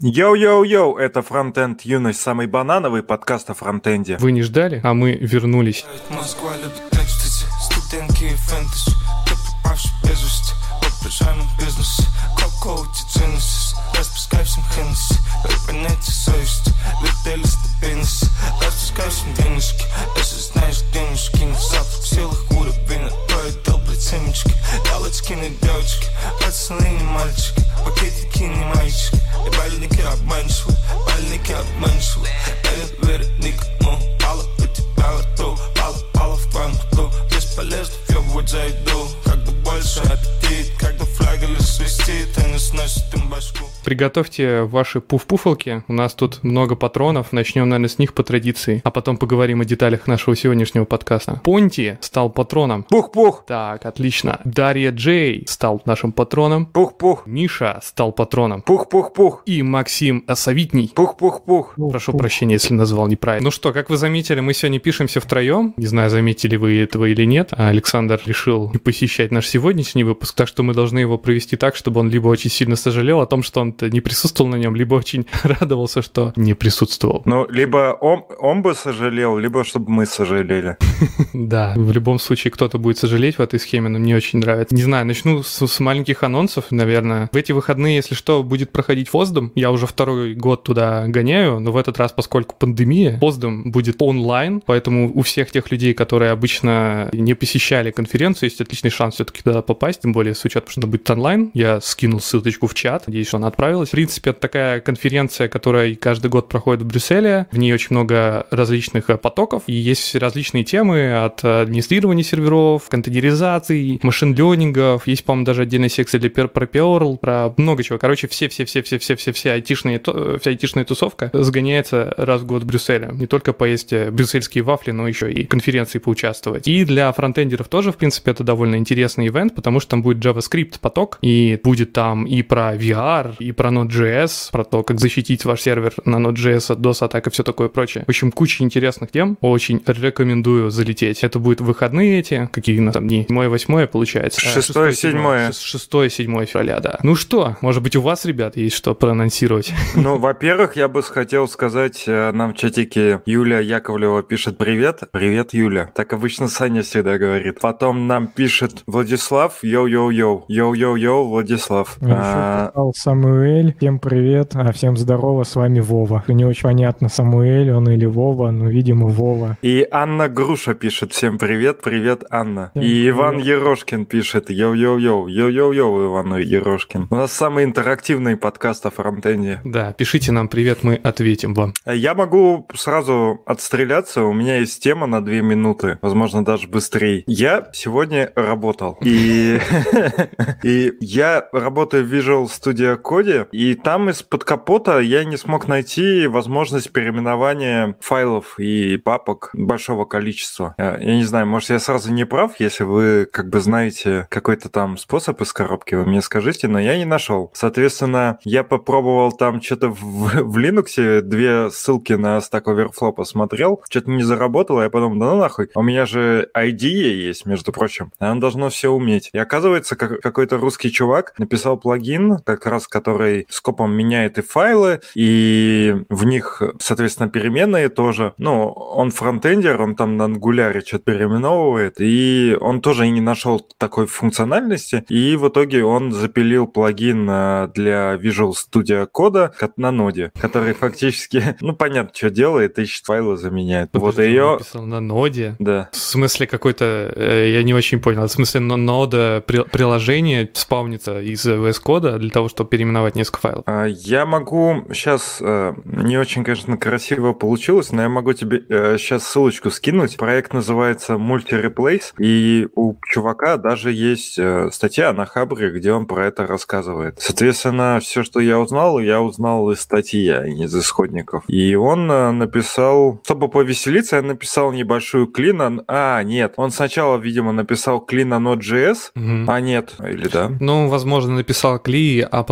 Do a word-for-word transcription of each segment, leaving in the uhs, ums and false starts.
Йоу-йоу-йоу, это Фронтенд Юность, самый банановый подкаст о фронтенде. Вы не ждали, а мы вернулись. Москва любит экстази, студентки и фэнтези. Ты пропавший без вести, воображаемый бизнес. Коко-коути джинсис, распускай всем Хеннесси. Дай понятие совести, летели стабильности. Распускай всем денежки, если знаешь денежки. На запах силах уровень, твои долбать семечки. Галочки на девочки, пацаны не мальчики. Пакетики не мальчики, и больники обманчивы, больники обманчивы. Верит, верит никому, пало у тебя во рту, пало, пало в твоем рту. Бесполезно въебывать за еду, когда больше аппетит, когда флягель свистит, и не сносит им башку. Приготовьте ваши пуф-пуфалки, у нас тут много патронов, начнем, наверное, с них по традиции, а потом поговорим о деталях нашего сегодняшнего подкаста. Понти стал патроном. Пух-пух! Так, отлично. Дарья Джей стал нашим патроном. Пух-пух! Миша стал патроном. Пух-пух-пух! И Максим Осовитний. Пух-пух-пух! Прошу прощения, если назвал неправильно. Ну что, как вы заметили, мы сегодня пишемся втроем. Не знаю, заметили вы этого или нет. А Александр решил не посещать наш сегодняшний выпуск, так что мы должны его провести так, чтобы он либо очень сильно сожалел о том, что он не присутствовал на нем, либо очень радовался, что не присутствовал. Ну, либо он, он бы сожалел, либо чтобы мы сожалели. Да, в любом случае кто-то будет сожалеть в этой схеме, но мне очень нравится. Не знаю, начну с, с маленьких анонсов, наверное. В эти выходные, если что, будет проходить Фоздом. Я уже второй год туда гоняю, но в этот раз, поскольку пандемия, Фоздом будет онлайн, поэтому у всех тех людей, которые обычно не посещали конференцию, есть отличный шанс все-таки туда попасть, тем более с учетом, что она будет онлайн. Я скинул ссылочку в чат, надеюсь, что она отправилась. В принципе, это такая конференция, которая каждый год проходит в Брюсселе. В ней очень много различных потоков, и есть различные темы от администрирования серверов, контейнеризации, машин-лернингов. Есть, по-моему, даже отдельная секция для про Perl, про много чего. Короче, все-все-все-все-все-все айтишные, вся айтишная тусовка сгоняется раз в год в Брюсселе. Не только поесть брюссельские вафли, но еще и конференции поучаствовать. И для фронтендеров тоже, в принципе, это довольно интересный ивент, потому что там будет JavaScript поток, и будет там и про ви ар, и про Node.js, про то, как защитить ваш сервер на Node.js от дос-атак и все такое прочее. В общем, куча интересных тем. Очень рекомендую залететь. Это будет выходные эти, какие у нас там дни? седьмое, восьмое получается. Шестое, седьмое. Шестое, седьмое февраля, да. Ну что, может быть, у вас, ребят, есть что проанонсировать? Ну, во-первых, я бы хотел сказать, нам в чатике Юлия Яковлева пишет привет. Привет, Юля. Так обычно Саня всегда говорит. Потом нам пишет Владислав. Йоу-йоу-йоу. Йоу-йоу-йоу, Владислав. А еще Самуэль. Всем привет. А всем здорово, с вами Вова. Не очень понятно, Самуэль он или Вова, но, видимо, Вова. И Анна Груша пишет. Всем привет. Привет, Анна. Всем И привет. Иван Ерошкин пишет. Йоу-йоу-йоу. Йоу-йоу-йоу, Иван Ерошкин. У нас самый интерактивный подкаст о фронтенде. Да, пишите нам привет, мы ответим вам. Я могу сразу отстреляться. У меня есть тема на две минуты. Возможно, даже быстрее. Я сегодня работал. И и я работаю в Visual Studio Code, и там из-под капота я не смог найти возможность переименования файлов и папок большого количества. Я не знаю, может, я сразу не прав, если вы как бы знаете какой-то там способ из коробки, вы мне скажите, но я не нашел. Соответственно, я попробовал там что-то в, в Linux, две ссылки на Stack Overflow посмотрел, что-то не заработало, я подумал, да ну нахуй, у меня же ай ди и есть, между прочим, оно должно все уметь. И оказывается, как, какой-то русский чувак написал плагин, как раз который скопом меняет и файлы, и в них, соответственно, переменные тоже. Ну, он фронтендер, он там на ангуляре что-то переименовывает, и он тоже и не нашел такой функциональности, и в итоге он запилил плагин для Visual Studio Code на ноде, который фактически, ну, понятно, что делает, ищет файлы, заменяет. Подожди, вот ее... написал на ноде? Да. В смысле какой-то, э, я не очень понял, в смысле нода при, приложение спавнится из ви эс Code для того, чтобы переименовать несколько файлов? Я могу сейчас, не очень, конечно, красиво получилось, но я могу тебе сейчас ссылочку скинуть. Проект называется Multi-Replace, и у чувака даже есть статья на Хабре, где он про это рассказывает. Соответственно, все, что я узнал, я узнал из статьи, а не из исходников. И он написал, чтобы повеселиться, я написал небольшую клин. А, нет, он сначала, видимо, написал клин на Node.js, угу. а нет, или да? Ну, возможно, написал кли, а потом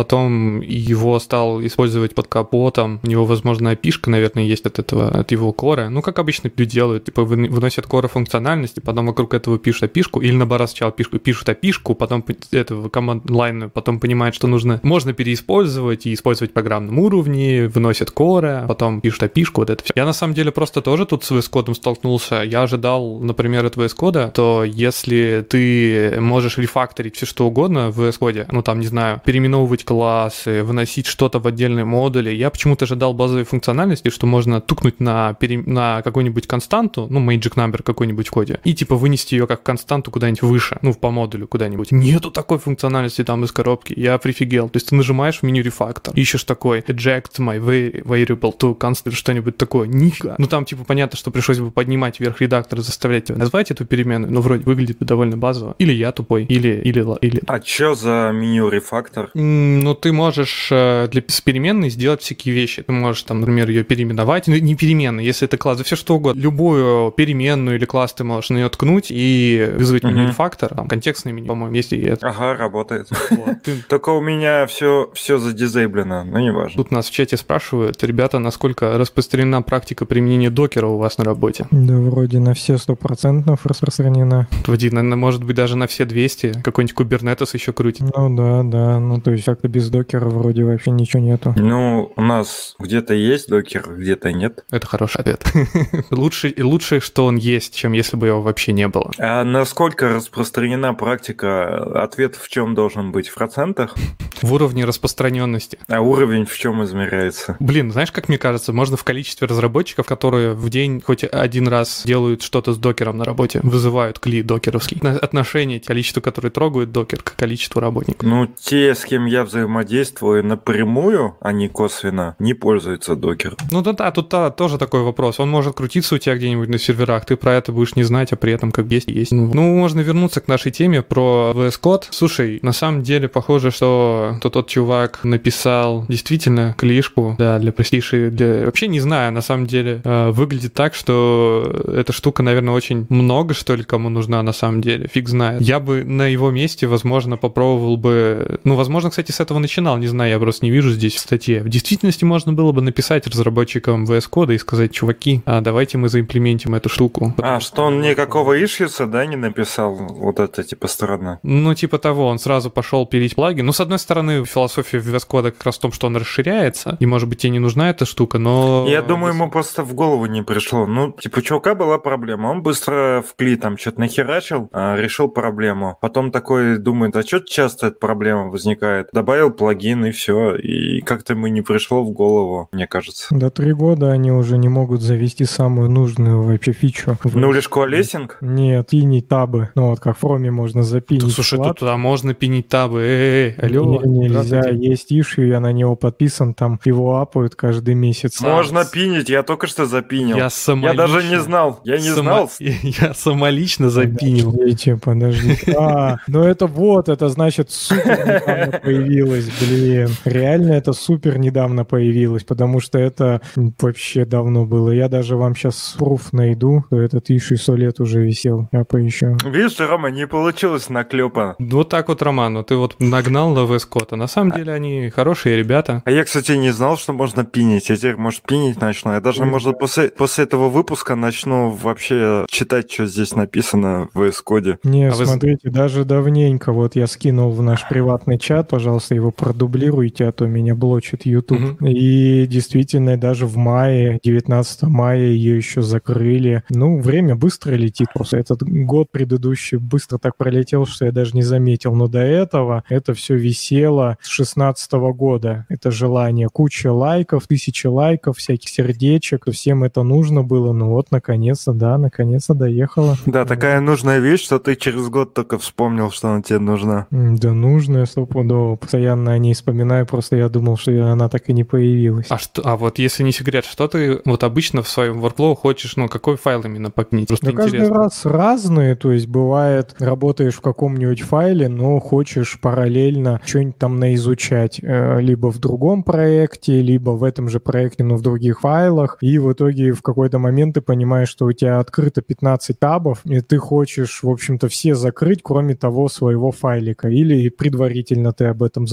потом его стал использовать под капотом. У него, возможно, эй пи ай-шка, наверное, есть от этого, от его кора. Ну, как обычно люди делают, типа выносят кора функциональности, потом вокруг этого пишут эй пи ай-шку, или наоборот, сначала пишут, пишут эй пи ай-шку, потом этого команд-лайна, потом понимают, что нужно, можно переиспользовать и использовать в программном уровне, выносят кора, потом пишут эй пи ай-шку, вот это все. Я, на самом деле, просто тоже тут с ви эс-кодом столкнулся. Я ожидал, например, от ви эс-кода, то если ты можешь рефакторить все что угодно в ви эс-коде, ну, там, не знаю, переименовывать классы, выносить что-то в отдельные модули, я почему-то ожидал базовой функциональности, что можно тукнуть на, пере... на какую-нибудь константу, ну, magic number какой-нибудь в коде, и, типа, вынести ее как константу куда-нибудь выше, ну, по модулю куда-нибудь. Нету такой функциональности там из коробки. Я прифигел. То есть ты нажимаешь в меню рефактор, ищешь такой eject my variable to constant, что-нибудь такое. Нифига. Ну, там, типа, понятно, что пришлось бы поднимать вверх редактор и заставлять тебя назвать эту переменную, но вроде выглядит довольно базово. Или я тупой, или... или, или... А что за меню рефактор? Mm, ну, ты можешь э, для с переменной сделать всякие вещи. Ты можешь, там, например, ее переименовать. Ну, не переменной, если это класс, да все что угодно. Любую переменную или класс ты можешь на нее ткнуть и вызвать меню рефактор. Там, контекстное меню, по-моему, есть и это. Ага, работает. Только у меня все все задизейблено, но не важно. Тут нас в чате спрашивают, ребята, насколько распространена практика применения докера у вас на работе? Да, вроде на все сто процентов распространена. Вроде, наверное, может быть, даже на все двести. Какой-нибудь Kubernetes еще крутит. Ну да, да. Ну, то есть как-то без докера вроде вообще ничего нету. Ну, у нас где-то есть докер, где-то нет. Это хороший ответ. Лучше, лучше, что он есть, чем если бы его вообще не было. А насколько распространена практика? Ответ в чем должен быть? В процентах? В уровне распространенности. А уровень в чем измеряется? Блин, знаешь, как мне кажется, можно в количестве разработчиков, которые в день хоть один раз делают что-то с докером на работе, вызывают кли докеровский. Отношение, количество, которые трогают докер, к количеству работников. Ну, те, с кем я взаимодействую напрямую, а не косвенно, не пользуются докером. Ну да-да, тут да, тоже такой вопрос. Он может крутиться у тебя где-нибудь на серверах, ты про это будешь не знать, а при этом как есть есть. Ну, можно вернуться к нашей теме про ви эс-код. Слушай, на самом деле похоже, что тот, тот чувак написал действительно клишку, да, для простейшей, для... Вообще не знаю, на самом деле э, выглядит так, что эта штука, наверное, очень много, что ли, кому нужна на самом деле. Фиг знает. Я бы на его месте, возможно, попробовал бы... Ну, возможно, кстати, с этого начинал, не знаю, я просто не вижу здесь в статье. В действительности можно было бы написать разработчикам ви эс-кода и сказать, чуваки, а давайте мы заимплементим эту штуку. А, что он никакого ишьюса, да, не написал? Вот это, типа, странно. Ну, типа того, он сразу пошел пилить плагин. Ну, с одной стороны, философия ви эс-кода как раз в том, что он расширяется, и, может быть, тебе не нужна эта штука, но... Я думаю, ему просто в голову не пришло. Ну, типа, у чувака была проблема. Он быстро в кли там что-то нахерачил, а, решил проблему. Потом такой думает, а что часто эта проблема возникает? Добавил плагин, и все. И как-то ему не пришло в голову, мне кажется. До три года они уже не могут завести самую нужную вообще фичу. Ну, лишь коалесинг? Нет, пинить табы. Ну, вот как в Роме можно запинить. Да, слушай, флаг. тут туда можно пинить табы. Эй, алло. Не, нельзя, есть issue, я на него подписан, там его апают каждый месяц. Можно пинить, я только что запинил. Я самолично... Я даже не знал, я не Само... знал. Я самолично запинил. Подождите, подождите. А, ну это вот, это значит супер недавно появилось, блин. Реально это супер недавно появилось, потому что это вообще давно было. Я даже вам сейчас пруф найду, что этот issue сто лет уже висел. Я поищу. Видишь, Рома, не получилось наклепа. Вот так вот, Роман, ну ты вот нагнал на ви эс-код, а на самом деле они хорошие ребята. А я, кстати, не знал, что можно пинить. Я теперь, может, пинить начну. Я даже, может, после, после этого выпуска начну вообще читать, что здесь написано в ви эс-коде. Не, а смотрите, вы... даже давненько, вот я скинул в наш приватный чат, пожалуйста, его продублируйте, а то меня блочит YouTube. Угу. И действительно, даже в мае, девятнадцатого мая ее еще закрыли. Ну, время быстро летит просто. Этот год предыдущий быстро так пролетел, что я даже не заметил. Но до этого это все висело с шестнадцатого года. Это желание. Куча лайков, тысячи лайков, всяких сердечек. Всем это нужно было. Ну вот, наконец-то, да, наконец-то доехала. Да, такая нужная вещь, что ты через год только вспомнил, что она тебе нужна. Да, нужная, стопудово. Постоянно о ней вспоминаю, просто я думал, что она так и не появилась. А, что, а вот если не секрет, что ты вот обычно в своем workflow хочешь, ну, какой файл именно попнить? Просто да интересно. Каждый раз разные, то есть бывает, работаешь в каком-нибудь файле, но хочешь параллельно что-нибудь там наизучать, либо в другом проекте, либо в этом же проекте, но в других файлах, и в итоге в какой-то момент ты понимаешь, что у тебя открыто пятнадцать табов, и ты хочешь, в общем-то, все закрыть, кроме того своего файлика, или предварительно ты об этом задумался,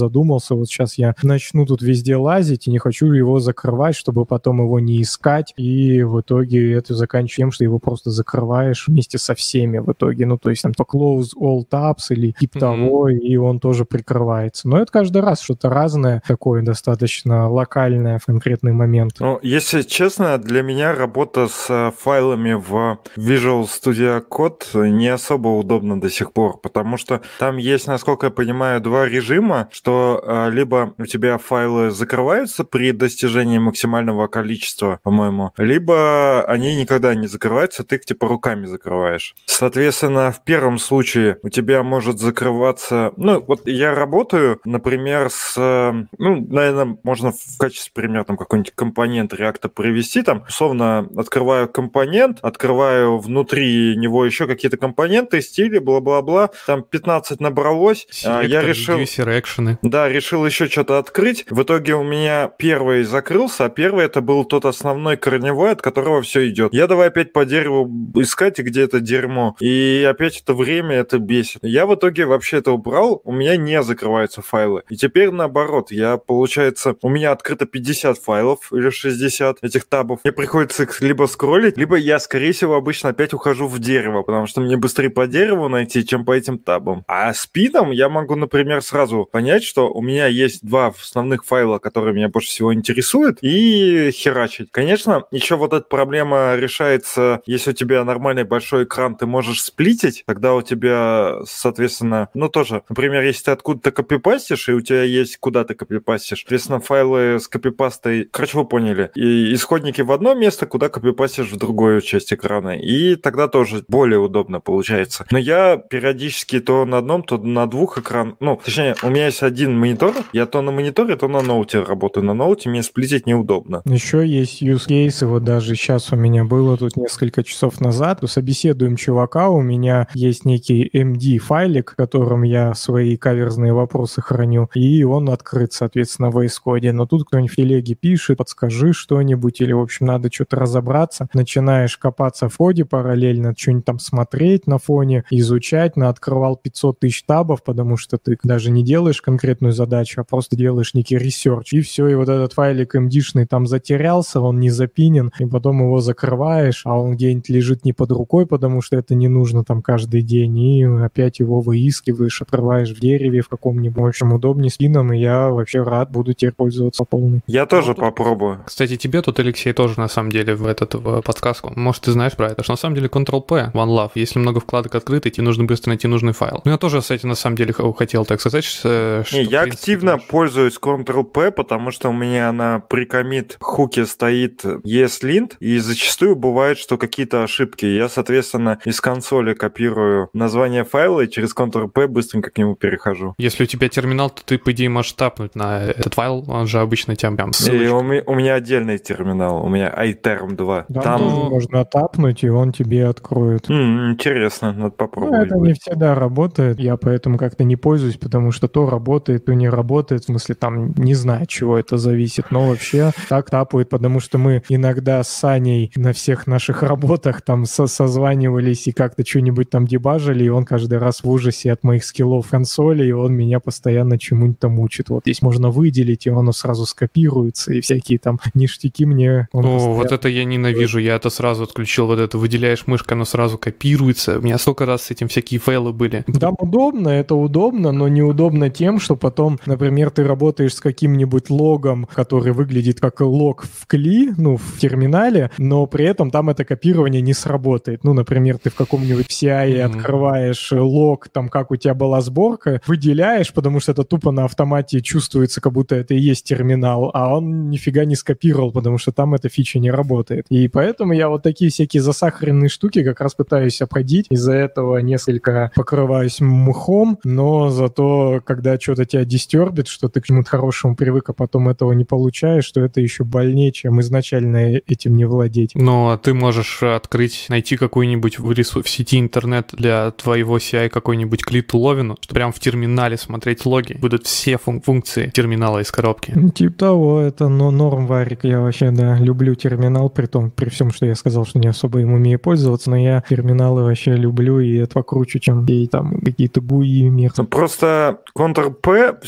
кажется, вот сейчас я начну тут везде лазить и не хочу его закрывать, чтобы потом его не искать, и в итоге это заканчивается тем, что его просто закрываешь вместе со всеми в итоге. Ну, то есть там по close all tabs или типа mm-hmm. того, и он тоже прикрывается. Но это каждый раз что-то разное, такое достаточно локальное в конкретный момент. Ну, если честно, для меня работа с файлами в Visual Studio Code не особо удобна до сих пор, потому что там есть, насколько я понимаю, два режима, что либо у тебя файлы закрываются при достижении максимального количества, по-моему, либо они никогда не закрываются, ты их типа руками закрываешь. Соответственно, в первом случае у тебя может закрываться... Ну, вот я работаю, например, с... Ну, наверное, можно в качестве примера там какой-нибудь компонент React привести, там, условно, открываю компонент, открываю внутри него еще какие-то компоненты, стили, бла-бла-бла, там пятнадцать набралось. Селектор, я решил... экшены. Да, решил еще что-то открыть. В итоге у меня первый закрылся, а первый это был тот основной корневой, от которого все идет. Я давай опять по дереву искать, где это дерьмо. И опять это время, это бесит. Я в итоге вообще это убрал, у меня не закрываются файлы. И теперь наоборот, я, получается, у меня открыто пятьдесят файлов или шестьдесят этих табов. Мне приходится их либо скроллить, либо я, скорее всего, обычно опять ухожу в дерево, потому что мне быстрее по дереву найти, чем по этим табам. А спидом я могу, например, сразу понять, что у меня есть два основных файла, которые меня больше всего интересуют, и херачить. Конечно, еще вот эта проблема решается, если у тебя нормальный большой экран, ты можешь сплитить, тогда у тебя, соответственно, ну тоже, например, если ты откуда-то копипастишь, и у тебя есть куда ты копипастишь, соответственно, файлы с копипастой, короче, вы поняли, и исходники в одно место, куда копипастишь в другую часть экрана, и тогда тоже более удобно получается. Но я периодически то на одном, то на двух экранах, ну, точнее, у меня есть один монитор, я то на мониторе, то на ноуте работаю. На ноуте мне сплитить неудобно. Еще есть use cases, вот даже сейчас у меня было тут несколько часов назад, собеседуем чувака, у меня есть некий эм ди-файлик, в котором я свои каверзные вопросы храню, и он открыт, соответственно, в Вайс Код. Но тут кто-нибудь в телеге пишет, подскажи что-нибудь, или, в общем, надо что-то разобраться. Начинаешь копаться в коде параллельно, что-нибудь там смотреть на фоне, изучать, на открывал пятьсот тысяч табов, потому что ты даже не делаешь конкретную задачу, а просто делаешь некий ресерч, и все, и вот этот файлик эм ди-шный там затерялся, он не запинен, и потом его закрываешь, а он где-нибудь лежит не под рукой, потому что это не нужно там каждый день, и опять его выискиваешь, открываешь в дереве в каком-нибудь, в общем, удобнее спином, и я вообще рад, буду теперь пользоваться полной. Я тоже ну, попробую. Кстати, тебе тут, Алексей, тоже на самом деле в этот в подсказку. Может, ты знаешь про это, что на самом деле контрол-P, OneLove, если много вкладок открыто, тебе нужно быстро найти нужный файл. Ну, я тоже с этим на самом деле хотел, так сказать, что... Не, я принципе, активно знаешь... пользуюсь контрол-P, потому что у меня на pre-commit хуке стоит ESLint, и зачастую бывает, что какие-то ошибки. Я, соответственно, из консоли копирую название файла и через контрол-P быстренько к нему перехожу. Если у тебя терминал, то ты, по идее, можешь тапнуть на этот файл, он же обычно тебя прям ссылочку. И у, меня, у меня отдельный терминал, у меня iTerm два. Да, там можно тапнуть, и он тебе откроет. М-м, интересно, надо попробовать. Ну, это не всегда работает, я поэтому как-то не пользуюсь, потому что то работает, то не работает, в смысле, там, не знаю, от чего это зависит, но вообще так тапает, потому что мы иногда с Саней на всех наших работах там со- созванивались и как-то что-нибудь там дебажили, и он каждый раз в ужасе от моих скиллов в консоли, и он меня постоянно чему-нибудь там учит. Вот здесь можно выделить, и оно сразу скопируется, и всякие там ништяки мне... О, постоянно... вот это я ненавижу, я это сразу отключил, вот это выделяешь мышкой, оно сразу копируется. У меня столько раз с этим всякие фейлы были. Да, удобно, это удобно, но неудобно тем, что потом, например, ты работаешь с каким-нибудь логом, который выглядит как лог в кли, ну, в терминале, но при этом там это копирование не сработает. Ну, например, ты в каком-нибудь си ай mm-hmm. открываешь лог, там, как у тебя была сборка, выделяешь, потому что это тупо на автомате чувствуется, как будто это и есть терминал, а он нифига не скопировал, потому что там эта фича не работает. И поэтому я вот такие всякие засахаренные штуки как раз пытаюсь обходить. Из-за этого несколько покрываюсь мхом, но зато, когда что-то тебя дистербит, что ты к чему-то хорошему привык, а потом этого не получаешь, что это еще больнее, чем изначально этим не владеть. Но ты можешь открыть, найти какой-нибудь в, ресурс, в сети интернет для твоего си ай какой-нибудь клит-уловину, что прям в терминале смотреть логи, будут все фун- функции терминала из коробки. Типа того, это но норм варик. Я вообще, да, люблю терминал, при том, при всем, что я сказал, что не особо им умею пользоваться, но я терминалы вообще люблю, и это покруче, чем и там какие-то буи мерзкие. Просто контр-P все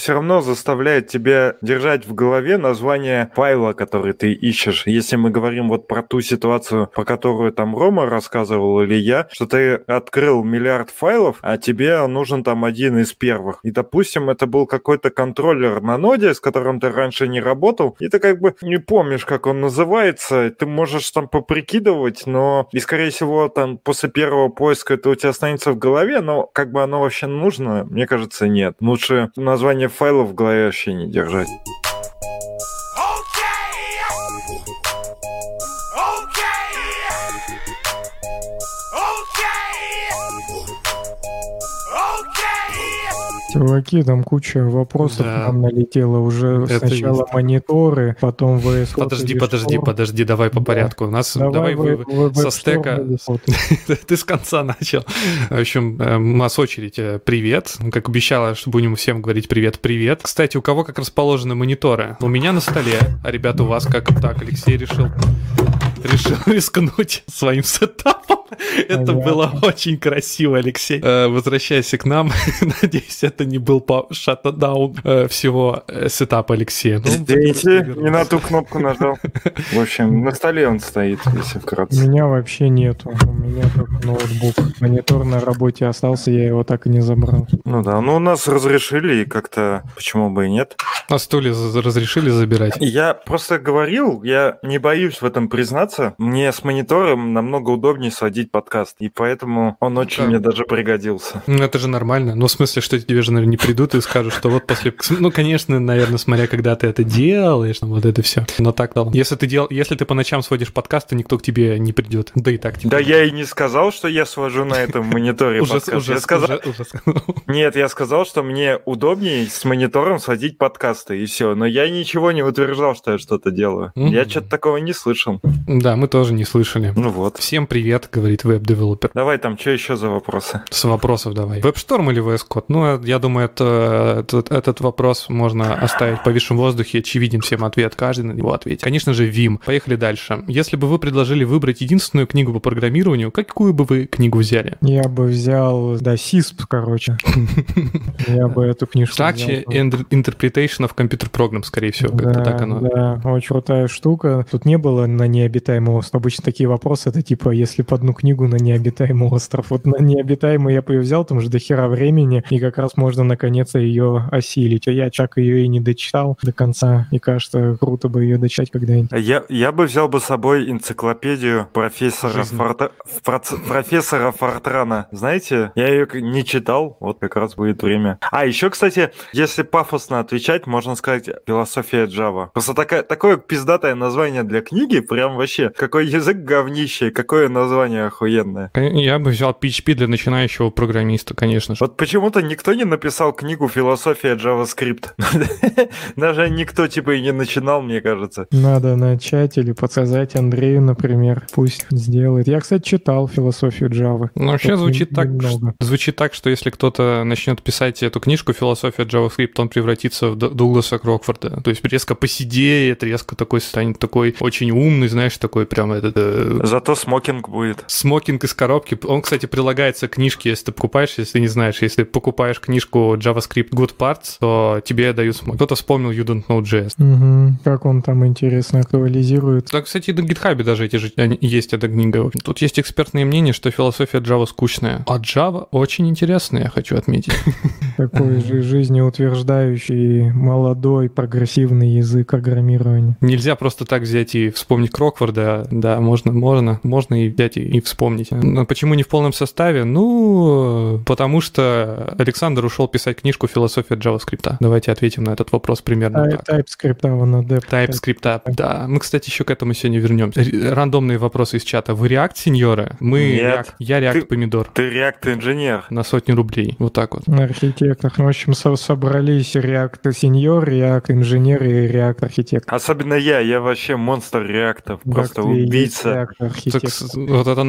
все равно заставляет тебя держать в голове название файла, который ты ищешь. Если мы говорим вот про ту ситуацию, по которую там Рома рассказывал или я, что ты открыл миллиард файлов, а тебе нужен там один из первых. И, допустим, это был какой-то контроллер на ноде, с которым ты раньше не работал, и ты как бы не помнишь, как он называется, ты можешь там поприкидывать, но, и, скорее всего, там после первого поиска это у тебя останется в голове, но как бы оно вообще нужно? Мне кажется, нет. Лучше название файлов в голове вообще не держать. Чуваки, там куча вопросов Да. нам налетело уже. Это Сначала есть. мониторы, потом ви эс Code Подожди, или подожди, Storm. подожди, давай по Да. порядку. У нас Давай, давай вы- вы- вы- со WebStorm стека. или Code. Ты с конца начал. В общем, э, у нас очередь. э, Привет. Как обещала, что будем всем говорить привет-привет. Кстати, у кого как расположены мониторы? У меня на столе. А, ребята, у вас как так? Алексей решил решил рискнуть своим сетапом. Это Понятно. было очень красиво, Алексей. Э, Возвращайся к нам. Надеюсь, это не был по шатдаун э, всего э, сетапа Алексея. Ну, Извините, просто не на ту кнопку нажал. В общем, на столе он стоит, если У вкратце. меня вообще нету. У меня только ноутбук. Монитор на работе остался, я его так и не забрал. Ну да, ну у нас разрешили, и как-то почему бы и нет. На стуле за- разрешили забирать. Я просто говорил, я не боюсь в этом признаться. Мне с монитором намного удобнее сводить подкаст, и поэтому он очень Да. мне даже пригодился. Ну, это же нормально. Ну, в смысле, что тебе же, наверное, не придут и скажут, что вот после... Ну, конечно, наверное, смотря когда ты это делаешь, там, вот это все. Но так, да. Если ты, дел... Если ты по ночам сводишь подкаст, то никто к тебе не придет. Да и так тебе. Да я и не сказал, что я свожу на этом мониторе Уже, подкаст. уже, Я сказал... уже, уже сказал. Нет, я сказал, что мне удобнее с монитором сводить подкасты, и все. Но я ничего не утверждал, что я что-то делаю. Мгм. Я что-то такого не слышал. Да, мы тоже не слышали. Ну вот. Всем привет, говорит веб-девелопер. Давай там, что еще за вопросы? С вопросов давай. WebStorm или ви эс Code? Ну, я думаю, это, этот, этот вопрос можно оставить повисшим в воздухе. Очевиден всем ответ. Каждый на него ответит. Конечно же, Vim. Поехали дальше. Если бы вы предложили выбрать единственную книгу по программированию, какую бы вы книгу взяли? Я бы взял, да, сисп, короче. Я бы эту книжку Structure взял. and Interpretation of Computer Program, скорее всего, как-то Да, так оно. да, очень крутая штука. Тут не было на необитаемый остров. Обычно такие вопросы, это типа, если по одну книгу на необитаемый остров. Вот на необитаемый я бы ее взял, там же до хера времени, и как раз можно наконец ее осилить. А я чак ее и не дочитал до конца, и кажется, круто бы ее дочитать когда-нибудь. Я, я бы взял бы с собой энциклопедию профессора, Жизни. Форта- проц- профессора Фортрана. Знаете, я ее не читал, вот как раз будет время. А еще, кстати, если пафосно отвечать, можно сказать «Философия Java». Просто такая, такое пиздатое название для книги, прям вообще, какой язык говнище, какое название охуенное. Я бы взял пи эйч пи для начинающего программиста, конечно же. Вот почему-то никто не написал книгу «Философия JavaScript». Даже никто типа и не начинал, мне кажется. Надо начать или подсказать Андрею, например, пусть сделает. Я, кстати, читал философию Java. Ну, вообще Только звучит не- так, немного. что, звучит так, что если кто-то начнет писать эту книжку «Философия JavaScript», он превратится в Д- Дугласа Крокфорда. То есть резко посидеет, резко такой станет такой очень умный, знаешь, такой прям этот... э, Зато смокинг будет. смокинг из коробки. Он, кстати, прилагается к книжке, если ты покупаешь, если ты не знаешь, если ты покупаешь книжку JavaScript Good Parts, то тебе дают смокинг. Кто-то вспомнил You Don't Know джей эс. Мгм. Как он там, интересно, актуализирует. Да, кстати, на GitHub даже эти же они- есть эта книга. Тут есть экспертное мнение, что философия Java скучная. А Java очень интересная, я хочу отметить. Такой же жизнеутверждающий, молодой, прогрессивный язык программирования. Нельзя просто так взять и вспомнить Крокфорда. Да, можно, можно, можно и взять и, и вспомнить. Но почему не в полном составе? Ну, потому что Александр ушел писать книжку «Философия JavaScript». Давайте ответим на этот вопрос примерно Тай- так. TypeScript, он адепт. TypeScript, да. Мы, кстати, еще к этому сегодня вернемся. Р- Рандомные вопросы из чата. Вы React, сеньоры? Мы Нет. React. Я React Ты- помидор. Ты React-инженер. На сотню рублей. Вот так вот. Архитектор. В общем, со- собрались React сеньор, React инженер и React архитектор. Особенно я, я вообще монстр реактов, просто Так ты и есть убийца. React Так, архитектор. с- вот это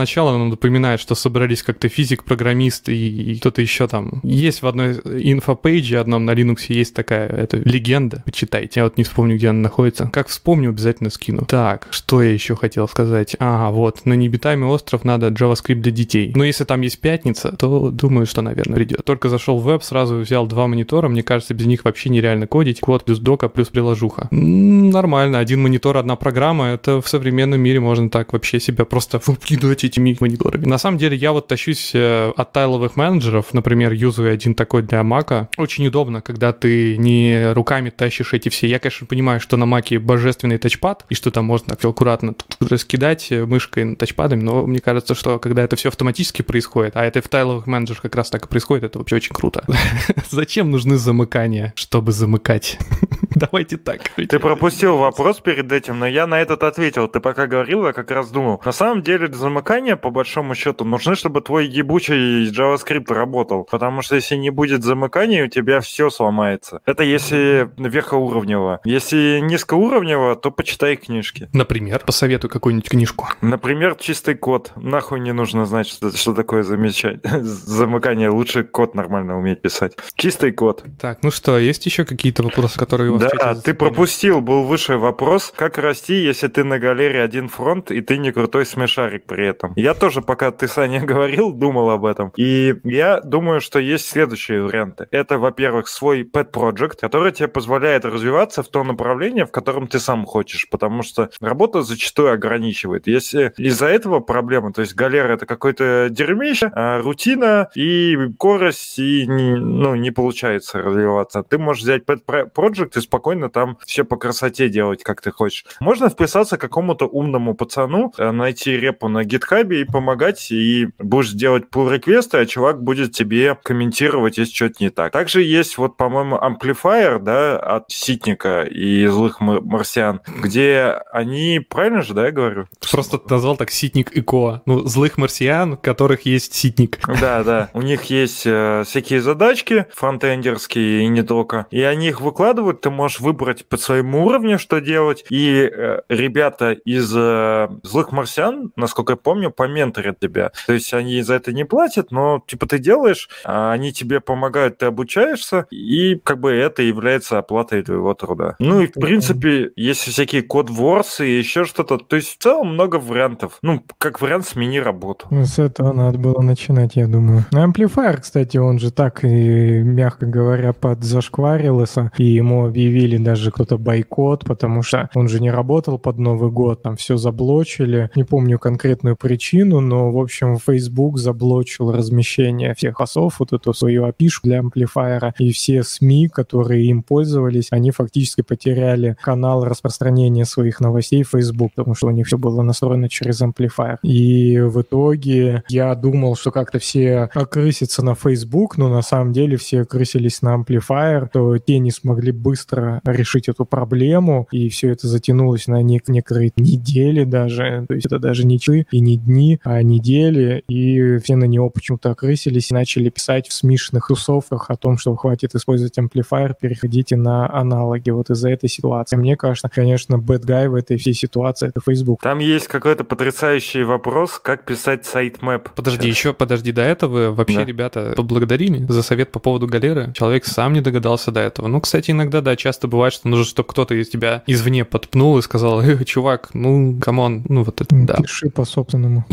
начала оно напоминает, что собрались как-то физик, программист и, и кто-то еще там. Есть в одной инфопейдже одном на Linux есть такая это, легенда. Почитайте. Я вот не вспомню, где она находится. Как вспомню, обязательно скину. Так, что я еще хотел сказать? А, вот, на необитаемый остров надо JavaScript для детей. Но если там есть пятница, то думаю, что, наверное, придет. Только зашел в веб, сразу взял два монитора. Мне кажется, без них вообще нереально кодить. Код плюс дока плюс приложуха. М-м, нормально. Один монитор, одна программа. Это в современном мире можно так вообще себя просто вкидывать этими мониторами. На самом деле, я вот тащусь от тайловых менеджеров. Например, юзаю один такой для Mac. Очень удобно, когда ты не руками тащишь эти все. Я, конечно, понимаю, что на Mac божественный тачпад, и что там можно так аккуратно раскидать мышкой тачпадами, но мне кажется, что когда это все автоматически происходит, а это в тайловых менеджерах как раз так и происходит, это вообще очень круто. Зачем нужны замыкания, чтобы замыкать? Давайте так. Ты пропустил вопрос перед этим, но я на этот ответил. Ты пока говорил, я как раз думал. На самом деле для замыкания, по большому счету, нужны, чтобы твой ебучий JavaScript работал. Потому что если не будет замыкания, у тебя все сломается. Это если верхоуровнево. Если низкоуровнево, то почитай книжки. Например, посоветуй какую-нибудь книжку. Например, чистый код. Нахуй не нужно знать, что, что такое замечать. замыкание. Лучше код нормально уметь писать. Чистый код. Так, ну что, есть еще какие-то вопросы, которые у вас... Да, ты пропустил, был выше вопрос, как расти, если ты на галере один фронт, и ты не крутой смешарик при этом. Я тоже, пока ты, Саня, говорил, думал об этом. И я думаю, что есть следующие варианты. Это, во-первых, свой pet project, который тебе позволяет развиваться в то направление, в котором ты сам хочешь, потому что работа зачастую ограничивает. Если из-за этого проблема, то есть галера — это какое-то дерьмище, а рутина и скорость, и не, ну, не получается развиваться. Ты можешь взять pet project и спокойно там все по красоте делать, как ты хочешь. Можно вписаться к какому-то умному пацану, найти репу на гитхабе и помогать, и будешь делать pull-реквесты, а чувак будет тебе комментировать, если что-то не так. Также есть вот, по-моему, амплифайер, да, от Ситника и Злых марсиан, где они, правильно же, да, я говорю? Просто назвал так Ситник и Коа. Ну, Злых марсиан, у которых есть Ситник. Да, да. У них есть э, всякие задачки фронтендерские и не только, и они их выкладывают, ты можешь выбрать по своему уровню, что делать, и э, ребята из э, Злых марсиан, насколько я помню, поменторят тебя. То есть они за это не платят, но типа ты делаешь, а они тебе помогают, ты обучаешься, и как бы это является оплатой твоего труда. Ну и в принципе, есть всякие код-ворсы и еще что-то, то есть в целом много вариантов. Ну, как вариант, смени работу. С этого надо было начинать, я думаю. Amplifier, кстати, он же так и, мягко говоря, подзашкварился, и ему объявили даже кто-то бойкот, потому что он же не работал под Новый год, там все заблочили. Не помню конкретную причину, но, в общем, Facebook заблочил размещение всех посов, вот эту свою эй пи ай-шку для амплифайера, и все СМИ, которые им пользовались, они фактически потеряли канал распространения своих новостей в Facebook, потому что у них все было настроено через амплифайер. И в итоге я думал, что как-то все окрысятся на Facebook, но на самом деле все окрысились на амплифайер, то те не смогли быстро решить эту проблему, и все это затянулось на нек- некоторые недели даже, то есть это даже не часы и не дни, а недели, и все на него почему-то окрысились и начали писать в смешных тусовках о том, что хватит использовать амплифайер, переходите на аналоги вот из-за этой ситуации. Мне кажется, конечно, bad guy в этой всей ситуации — это Facebook. Там есть какой-то потрясающий вопрос, как писать сайт-мэп. Подожди, Сейчас. еще подожди до этого. Вообще, да. Ребята поблагодарили за совет по поводу галеры. Человек сам не догадался до этого. Ну, кстати, иногда, да, часто бывает, что нужно, чтобы кто-то из тебя извне подпнул и сказал: э, чувак, ну, камон, ну вот это, да. Пиши по-собственному.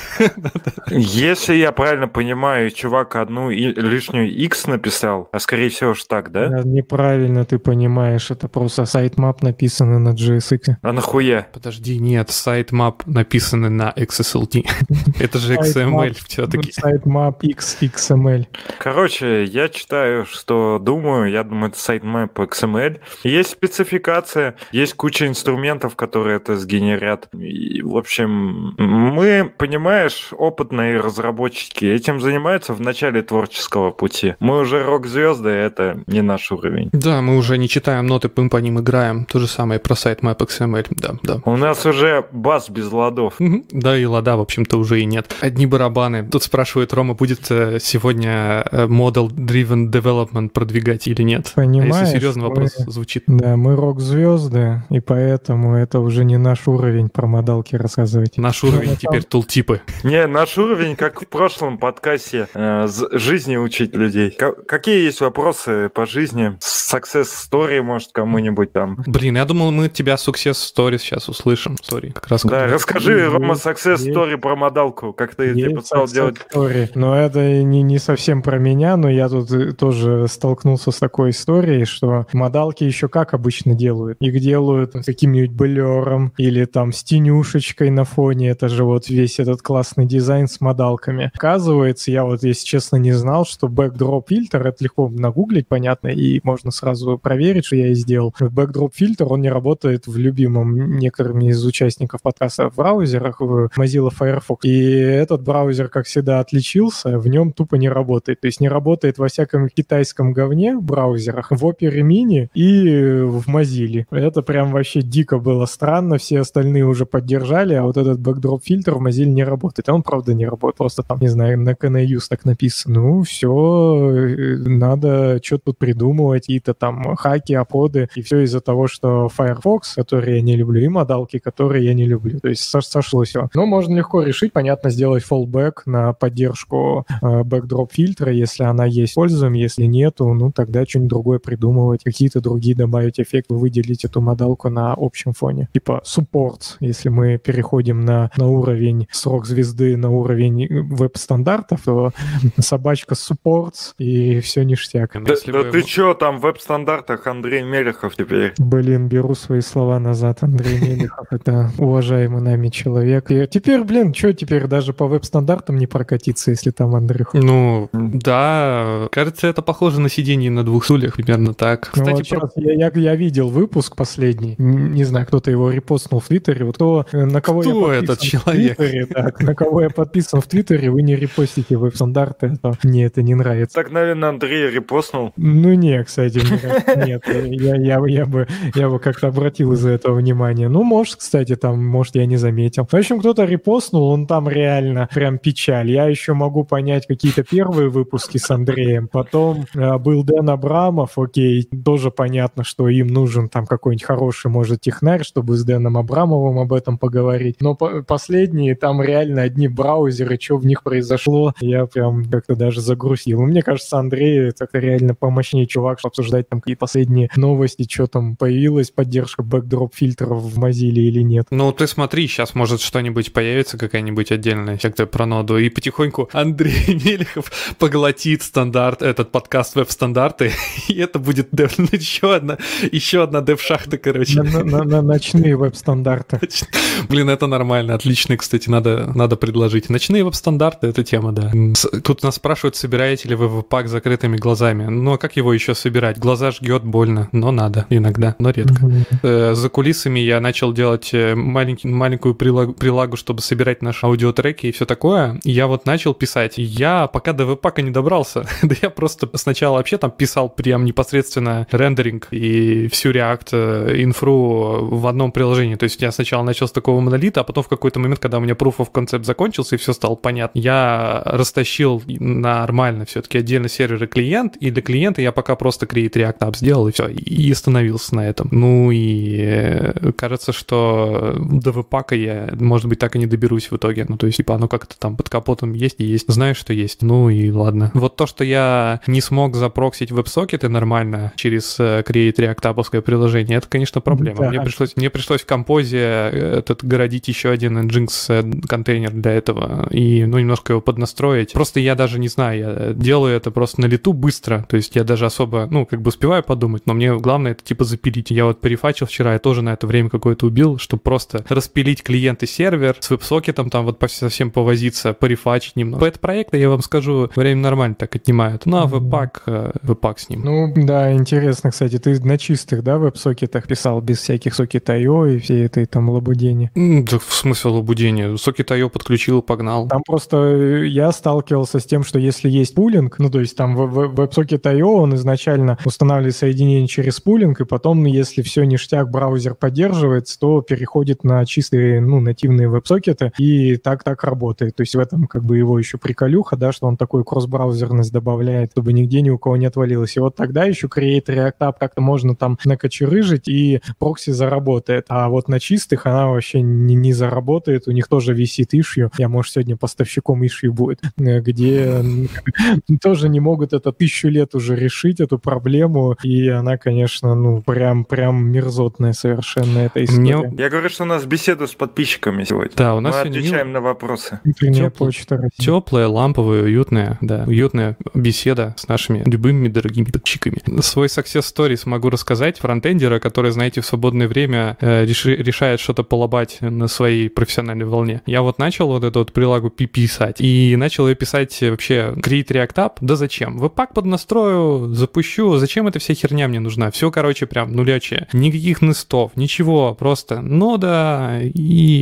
Если я правильно понимаю, чувак одну лишнюю X написал, а скорее всего уж так, да? Неправильно ты понимаешь, это просто сайт-мап написано на джей эс икс. А нахуя? Подожди, нет, сайт-мап написаны на икс эс эл ти. Это же икс эм эль все-таки. Сайт-мап X икс эм эль. Короче, я читаю, что думаю, я думаю, это сайт-мап икс эм эль. Есть спецификация, есть куча инструментов, которые это сгенерят. И, в общем, мы, понимаешь, опытные разработчики этим занимаются в начале творческого пути. Мы уже рок-звезды, это не наш уровень. Да, мы уже не читаем ноты, мы по ним играем. То же самое про сайт-мап икс эм эль, да, да. У нас уже бас без ладов. Да, и лада, в общем-то, уже и нет. Одни барабаны. Тут спрашивает Рома, будет сегодня Model Driven Development продвигать или нет? Понимаешь, а если серьезный вопрос, звучит. Да, мы рок-звезды, и поэтому это уже не наш уровень про модалки рассказывать. Наш уровень теперь тултипы. Не, наш уровень, как в прошлом подкасте, э, жизни учить людей. К- какие есть вопросы по жизни? Success story, может, кому-нибудь там? Блин, я думал, мы тебя success story сейчас услышим. Сори, как раз. Да, расскажи, Есть, Рома, success есть. story про модалку, как ты Есть типа стал success делать. story. Но это не, не совсем про меня, но я тут э, тоже столкнулся с такой историей, что модалки еще как обычно делают. Их делают с каким-нибудь блером или там с тенюшечкой на фоне. Это же вот весь этот классный дизайн с модалками. Оказывается, я вот, если честно, не знал, что backdrop фильтр, это легко нагуглить, понятно, и можно сразу проверить, что я и сделал. Backdrop фильтр, он не работает в любимом некоторыми из участников подкаста в браузерах, в Mozilla Firefox. И этот браузер, как всегда, отличился, в нем тупо не работает. То есть не работает во всяком китайском говне в браузерах, в Opera Mini и в Mozilla. Это прям вообще дико было странно, все остальные уже поддержали, а вот этот backdrop фильтр в Mozilla не работает. А он, правда, не работает. Просто там, не знаю, на Can I Use так написано. Ну, все, надо что-то тут придумывать, какие-то там хаки, оподы, и все из-за того, что Firefox, который я не люблю, и модалки, которые я не люблю. То есть сошлось все. Но можно легко решить, понятно, сделать fallback на поддержку э, backdrop фильтра, если она есть, пользуем, если нету, ну, тогда что-нибудь другое придумывать, какие-то другие добавить эффекты, выделить эту модалку на общем фоне. Типа supports, если мы переходим на, на уровень срок звезды, на уровень веб-стандартов, то собачка supports, и все ништяк. Да, да ты чё, там в веб-стандартах Андрей Мелехов теперь. Блин, беру свои слова назад. Андрей Мелехов — это уважаемый нами человек. И теперь, блин, что теперь даже по веб-стандартам не прокатиться, если там Андрюх? Ну, да, кажется, это похоже на сиденье на двух стульях, примерно так. Ну, Кстати, вот сейчас про... я, я, я видел выпуск последний, не знаю, кто-то его репостнул в Твиттере, вот кто, на кого кто я подписан этот человек? в Твиттере, так, на кого я подписан в Твиттере, вы не репостите веб-стандарты, это, мне это не нравится. Так, наверное, Андрей репостнул. Ну, не, кстати, мне кажется, нет, я, я, я, бы, я бы как-то обратил из-за этого внимание. Ну, может, кстати, там, может, я не заметил. В общем, кто-то репостнул, он там реально прям печаль. Я еще могу понять какие-то первые выпуски с Андреем. Потом э, был Дэн Абрамов, окей, тоже понятно, что им нужен там какой-нибудь хороший, может, технарь, чтобы с Дэном Абрамовым об этом поговорить. Но по- последние, там реально одни браузеры, что в них произошло, я прям как-то даже загрустил. Мне кажется, Андрей это реально помощнее чувак, чтобы обсуждать там какие последние новости, что там появилась поддержка backdrop фильтров в Mozilla или нет. Ну, ты смотри, сейчас может что-нибудь появится, какая-нибудь отдельная секция про ноду, и потихоньку Андрей Мелехов поглотит стандарт, этот подкаст веб-стандарты, и это будет дев, еще одна, еще одна дев-шахта, короче. На, на, на ночные веб-стандарты. Блин, это нормально, отлично, кстати, надо, надо предложить. Ночные веб-стандарты — это тема, да. Тут нас спрашивают, собираете ли вы веб-пак с закрытыми глазами. Ну, а как его еще собирать? Глаза жгет больно, но надо иногда, но редко. Mm-hmm. За кулисами я начал делать маленький, маленькую прилагу, прилагу, чтобы собирать наши аудиотреки и все такое. И я вот начал писать. Я пока до веб-пака не добрался. Да я просто сначала вообще там писал прям непосредственно рендеринг и всю React инфру в одном приложении. То есть я сначала начал с такого монолита, а потом в какой-то момент, когда у меня proof of concept закончился и все стало понятно, я растащил нормально все-таки отдельно сервер и клиент, и для клиента я пока просто create React App сделал, и все, и остановился на этом. Ну и кажется, что до веб-пака я, может быть, так и не доберусь в итоге. Ну, то есть, типа, оно как-то там под капотом есть и есть. Знаешь, что есть. Ну и ладно. Вот то, что я не смог запроксить веб-сокеты нормально через create React App-овское приложение, это, конечно, проблема. Да. Мне пришлось, мне пришлось в композе этот городить еще один Nginx контейнер для этого и, ну, немножко его поднастроить. Просто я даже не знаю, я делаю это просто на лету быстро. То есть я даже особо, ну, как бы успеваю подумать, но мне главное это типа запилить. Я вот перефачил вчера, я тоже на это время какое-то убил, чтобы просто распилить клиент и сервер, с веб-сокетом там вот совсем повозиться, порефачить немного. По этому проекту, я вам скажу, время нормально так отнимает. Ну, а веб-пак, веб-пак с ним. Ну, да, интересно, кстати, ты на чистых, да, веб-сокетах писал, без всяких сокет.io и всей этой там лабудени? Да, в смысле лабудени? Сокет.io подключил, погнал. Там просто я сталкивался с тем, что если есть пулинг, ну, то есть там WebSocket.io, он изначально устанавливает соединение через пулинг, и потом, если все ништяк, браузер поддерживается, то переходит на чистые, ну, нативные веб-сокеты, и так так работает. То есть в этом как бы его еще приколюха, да, что он такую кросс-браузерность добавляет, чтобы нигде ни у кого не отвалилось. И вот тогда еще Create React сетап как-то можно там накочерыжить, и прокси заработает. А вот на чистых она вообще не, не заработает, у них тоже висит issue, я, может, сегодня поставщиком issue будет, где тоже не могут это тысячу лет уже решить, эту проблему, и она, конечно, ну, прям, прям мерзотная совершенно эта история. Мне... Я говорю, что у нас беседа с подписчиками сегодня. Да, у нас мы сегодня отвечаем мил... на вопросы. Тепл... Теплая, ламповая, уютная, да, уютная беседа с нашими любимыми дорогими подписчиками. Свой success story могу рассказать. Фронтендера, который, знаете, в свободное время э, реши, решает что-то полобать на своей профессиональной волне. Я вот начал вот эту вот прилагу писать, и начал ее писать вообще create React App. Да зачем? Веб-пак поднастрою, запущу. Зачем эта вся херня мне нужна? Все, короче, прям нулячее. Никаких нестов, ничего. Просто нода и,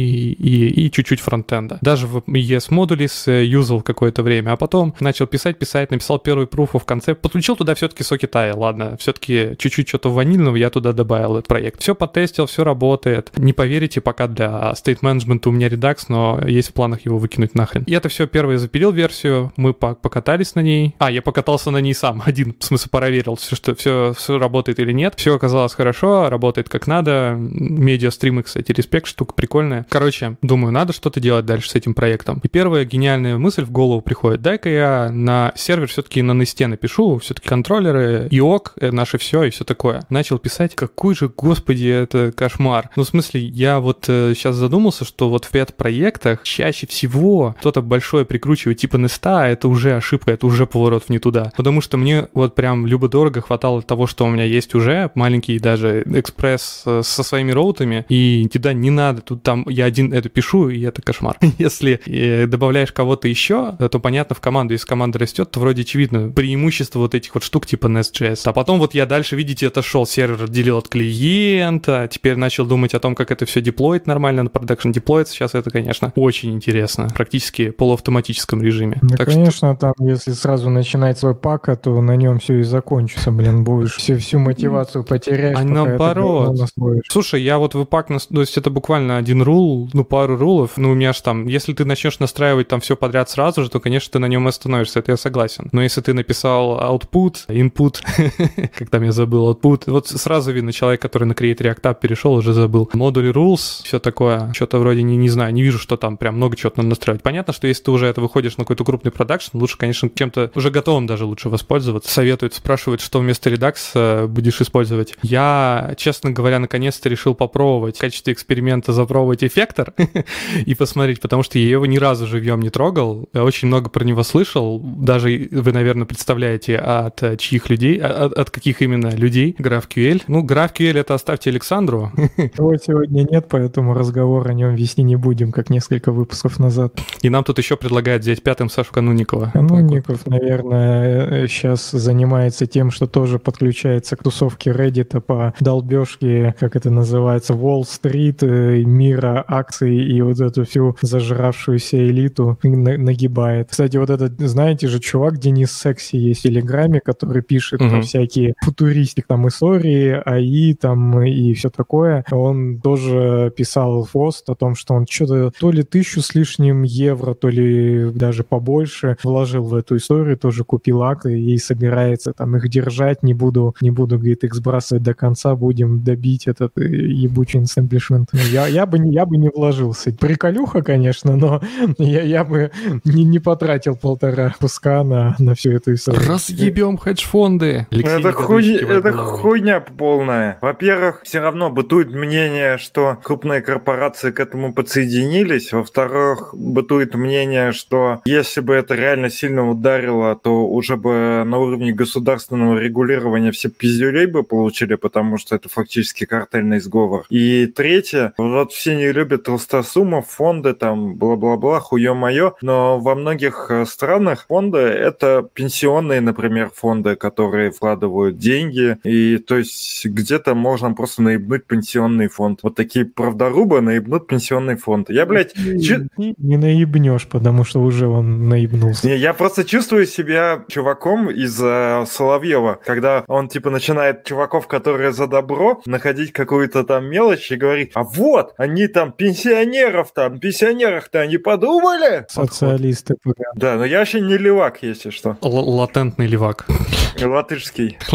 и, и чуть-чуть фронтенда. Даже в и эс модулис юзал какое-то время, а потом начал писать, писать, написал первый proof of concept, подключил туда все-таки Socket.ай, ладно, все-таки чуть-чуть что-то ванильного я туда добавил этот проект. Все потестил, все работает. Не поверите, пока для state management у меня Redux, но есть в планах его выкинуть нахрен. И это все первое запилил версию, мы покатались на ней. А, я покатался на ней сам, один, в смысле, проверил, все, что все, все работает или нет. Все оказалось хорошо, работает как надо. Медиастримы, кстати, респект, штука прикольная. Короче, думаю, надо что-то делать дальше с этим проектом. И первая гениальная мысль в голову приходит: дай-ка я на сервер все-таки на Несте напишу, все-таки контроллеры, и ок, наше все и все такое. Начал писать, какой же, господи, это кошмар. Ну, в смысле, я вот э, сейчас задумался, что вот в пет-проектах чаще всего что-то большое прикручивать типа Неста, это уже ошибка, это уже поворот в не туда. Потому что мне вот прям любо-дорого хватало того, что у меня есть уже, маленький даже экспресс со своими роутами, и туда не надо, тут там я один это пишу, и это кошмар. Если э, добавляешь кого-то еще, то понятно, в команду, если команда растет, то вроде очевидно преимущество вот этих вот штук типа Nest.js. А потом вот я дальше, видите, отошел, сервер отделил от клиента, теперь начал думать о том, как это все деплоить нормально на продакшн деплоится. Сейчас это, конечно, очень интересно, практически в полуавтоматическом режиме. Да, так конечно, что... там, если сразу начинать свой пака, то на нем все и закончится, блин, будешь всю, всю мотивацию потеряешь. А наоборот. Слушай, я вот веб-пак, нас... то есть это буквально один рул, ну, пару рулов, ну, у меня же там, если ты начнешь настраивать там все подряд сразу же, то, конечно, ты на нем остановишься, это я согласен. Но если ты написал output, input, как там я забыл, output, вот сразу видно, человек, который на Create React App перешел, уже забыл. Модули rules, все такое, что-то вроде не, не знаю, не вижу, что там прям много чего-то надо настраивать. Понятно, что если ты уже это выходишь на какой-то крупный продакшн, лучше, конечно, чем-то уже готовым даже лучше воспользоваться. Советуют, спрашивают, что вместо Redux будешь использовать. Я, честно говоря, наконец-то решил попробовать в качестве эксперимента запробовать эффектор и посмотреть, потому что я его ни разу живьем не трогал. Я очень много про него слышал. Даже вы, наверное, представляете, от чьих людей, от, от каких именно людей GraphQL. Ну, GraphQL это оставьте Александру. Его сегодня нет, поэтому разговор о нем вести не будем, как несколько выпусков назад. И нам тут еще предлагают взять пятым Сашу Канунникова. Канунников, вот. Наверное, сейчас занимается тем, что тоже подключается к тусовке Reddit по долбежке, как это называется, Уолл-стрит, мира акций и вот эту всю зажравшуюся элиту нагибает. Кстати, вот этот, знаете же, чувак Денис Секси есть в Телеграме, который пишет угу. всякие футуристик, там, истории, АИ, там, и все такое. Он тоже писал пост о том, что он что-то то ли тысячу с лишним евро, то ли даже побольше вложил в эту историю, тоже купил акты и собирается там их держать. Не буду, не буду, говорит, их сбрасывать до конца, будем добить этот ебучий инстаблишмент. Я, я, бы, я бы не вложился. Приколюха, конечно, но я, я бы не, не потратил полтора куска на, на всю эту историю. Разъебем хедж-фонды. Это, хуй, это хуйня полная. Во-первых, все равно бытует мнение, что крупные корпорации к этому подсоединились. Во-вторых, бытует мнение, что если бы это реально сильно ударило, то уже бы на уровне государственного регулирования все пиздюлей бы получили, потому что это фактически картельный сговор. И третье, вот все не любят толстосумов, фонды, там, бла-бла-бла, хуё-моё, но во многих странах фонды — это пенсионные, например, фонды, которые вкладывают деньги, и то есть где-то можно просто наебнуть пенсионный фонд. Вот такие правдорубы наебнут пенсионный фонд. Я, блядь... Не, чу... не, не наебнешь, потому что уже он наебнулся. Не, я просто чувствую себя чуваком из uh, Соловьева, когда он типа начинает чуваков, которые за добро, находить какую-то там мелочь и говорить: а вот, они там пенсионеров там, пенсионерах-то они подумали? Социалисты. Да, но я вообще не левак, если что. Л- латентный левак. Латышский. Латышский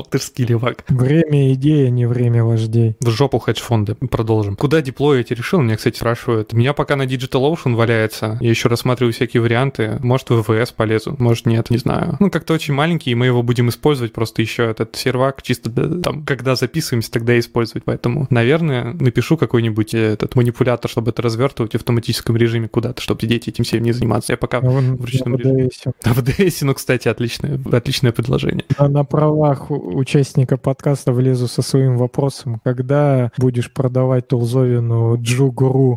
Киливак. Время идеи, не время вождей. В жопу хедж-фонды. Продолжим. Куда деплоить решил? Меня, кстати, спрашивают. У меня пока на DigitalOcean валяется. Я еще рассматриваю всякие варианты. Может, в ВВС полезу, может, нет, не знаю. Ну, как-то очень маленький, и мы его будем использовать просто еще этот сервак, чисто там, когда записываемся, тогда использовать. Поэтому, наверное, напишу какой-нибудь этот манипулятор, чтобы это развертывать в автоматическом режиме куда-то, чтобы дети этим всем не заниматься. Я пока а в ручном режиме. В ди эс, ну, кстати, отличное, отличное предложение. А на правах участника подкаста влезу со своим вопросом. Когда будешь продавать Тулзовину Джугуру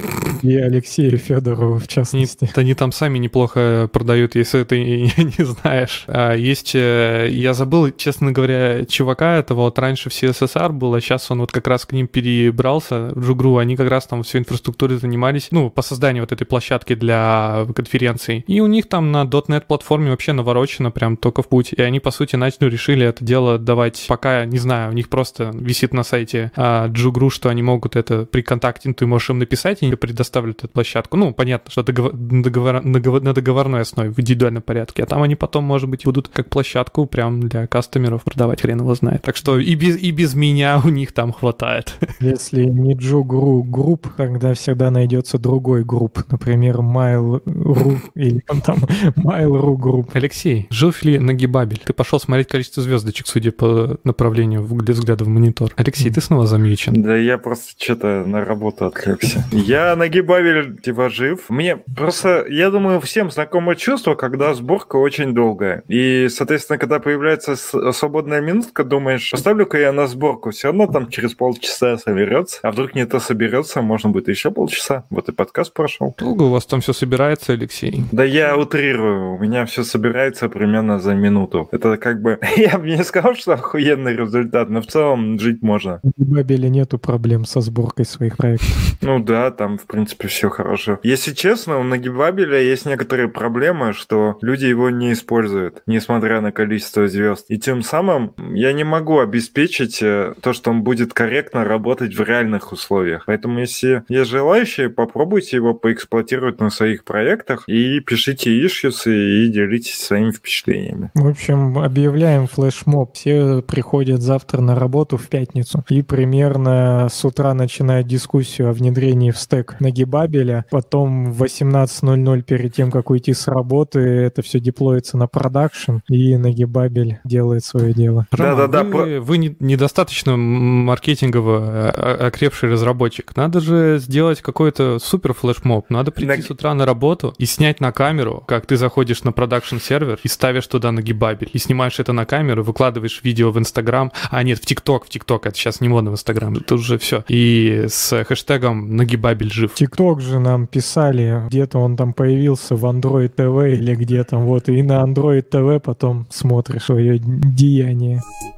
и Алексею Федорову, в частности? Они, они там сами неплохо продают, если ты не знаешь. А есть, я забыл, честно говоря, чувака этого, вот раньше в си эс эс ар был, а сейчас он вот как раз к ним перебрался, в Джугру, они как раз там всей инфраструктурой занимались, ну, по созданию вот этой площадки для конференций. И у них там на .дот нет платформе вообще наворочено прям только в путь. И они, по сути, начали, решили это дело давать, пока, не знаю, у них просто висит на сайте а, Джугру, что они могут это при контакте, ты можешь им написать, и они предоставят эту площадку. Ну, понятно, что договор, договор, договор, на договорной основе, в индивидуальном порядке. А там они потом, может быть, будут как площадку прям для кастомеров продавать, хрен его знает. Так что и без, и без меня у них там хватает. Если не Джугру групп, тогда всегда найдется другой групп. Например, Mail.ru или там Mail.ru групп. Алексей, жив ли Нагибабель? Ты пошел смотреть количество звездочек, судя по направлению взгляда в монитор. Алексей, mm. ты снова замьючен. Да я просто что-то на работу отвлекся. Я Нагибабель типа жив. Мне просто, я думаю, всем знакомо чувство, когда сборка очень долгая. И, соответственно, когда появляется свободная минутка, думаешь, поставлю-ка я на сборку, все равно там через полчаса соберется. А вдруг не то соберется, можно будет еще полчаса. Вот и подкаст прошел. Долго у вас там все собирается, Алексей? Да я утрирую. У меня все собирается примерно за минуту. Это как бы... Я бы не сказал, что охуенный результат, но в целом жить можно. У Нагибабеля нету проблем со сборкой своих проектов. Ну да, там, в принципе, все хорошо. Если честно, у Нагибабеля есть некоторые проблемы, что люди его не используют, несмотря на количество звезд. И тем самым я не могу обеспечить то, что он будет корректно работать в реальных условиях. Поэтому, если есть желающие, попробуйте его поэксплуатировать на своих проектах и пишите ишьюсы и делитесь своими впечатлениями. В общем, объявляем флешмоб. Все приходят завтра на работу в пятницу и примерно с утра начинают дискуссию о внедрении в стек Нагибабеля. Потом в восемнадцать ноль ноль перед тем, как уйти с работы, это все деплоится на продакшн, и Нагибабель делает свое дело. Да-да-да. Вы, вы не, недостаточно маркетингово окрепший разработчик. Надо же сделать какой-то супер флешмоб. Надо прийти Наг... с утра на работу и снять на камеру, как ты заходишь на продакшн-сервер и ставишь туда Нагибабель. И снимаешь это на камеру, выкладываешь видео в Инстаграм. А нет, в ТикТок, в ТикТок. Это сейчас не модно в Инстаграм. Это уже все. И с хэштегом Нагибабель жив. ТикТок же нам писали, где-то он там появился в Android ти ви или где там. Вот, и на Android ти ви потом смотришь свое деяние.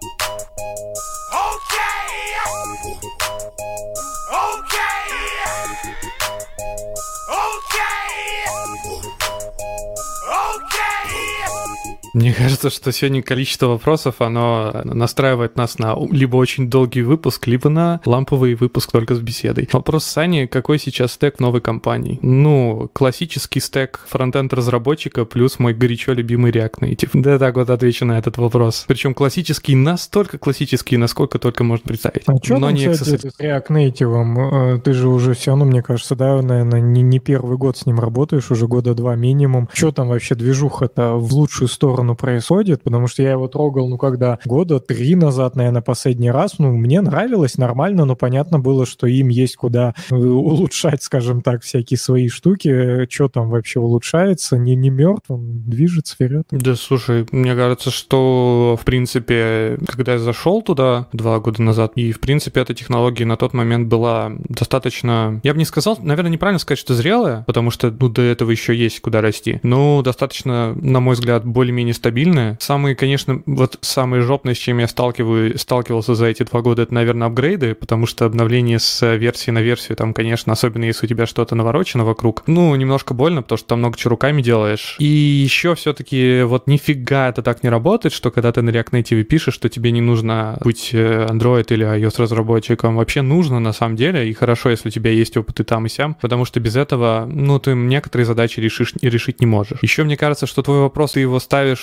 Мне кажется, что сегодня количество вопросов, оно настраивает нас на либо очень долгий выпуск, либо на ламповый выпуск только с беседой. Вопрос Сани, какой сейчас стек в новой компании? Ну, классический стек фронтенд-разработчика плюс мой горячо любимый React Native. Да, так вот отвечу на этот вопрос. Причем классический, настолько классический, насколько только можно представить. А что там, не кстати, с React Native? Ты же уже все равно, мне кажется, да, наверное, не, не первый год с ним работаешь, уже года два минимум. Что там вообще движуха-то в лучшую сторону происходит, потому что я его трогал, ну, когда года три назад, наверное, последний раз, ну, мне нравилось нормально, но понятно было, что им есть куда улучшать, скажем так, всякие свои штуки. Что там вообще улучшается? Не, не мертв, он движется вперед. Да, слушай, мне кажется, что, в принципе, когда я зашел туда два года назад, и, в принципе, эта технология на тот момент была достаточно, я бы не сказал, наверное, неправильно сказать, что зрелая, потому что, ну, до этого еще есть куда расти, но достаточно, на мой взгляд, более-менее стабильная. Самые, конечно, вот самые жопные, с чем я сталкиваю, сталкивался за эти два года, это, наверное, апгрейды, потому что обновление с версии на версию, там, конечно, особенно если у тебя что-то наворочено вокруг, ну, немножко больно, потому что там много чего руками делаешь. И еще все-таки вот нифига это так не работает, что когда ты на React Native пишешь, что тебе не нужно быть Android или iOS-разработчиком. Вообще нужно, на самом деле, и хорошо, если у тебя есть опыт и там, и сям, потому что без этого, ну, ты некоторые задачи решишь, решить не можешь. Еще мне кажется, что твой вопрос, ты его ставишь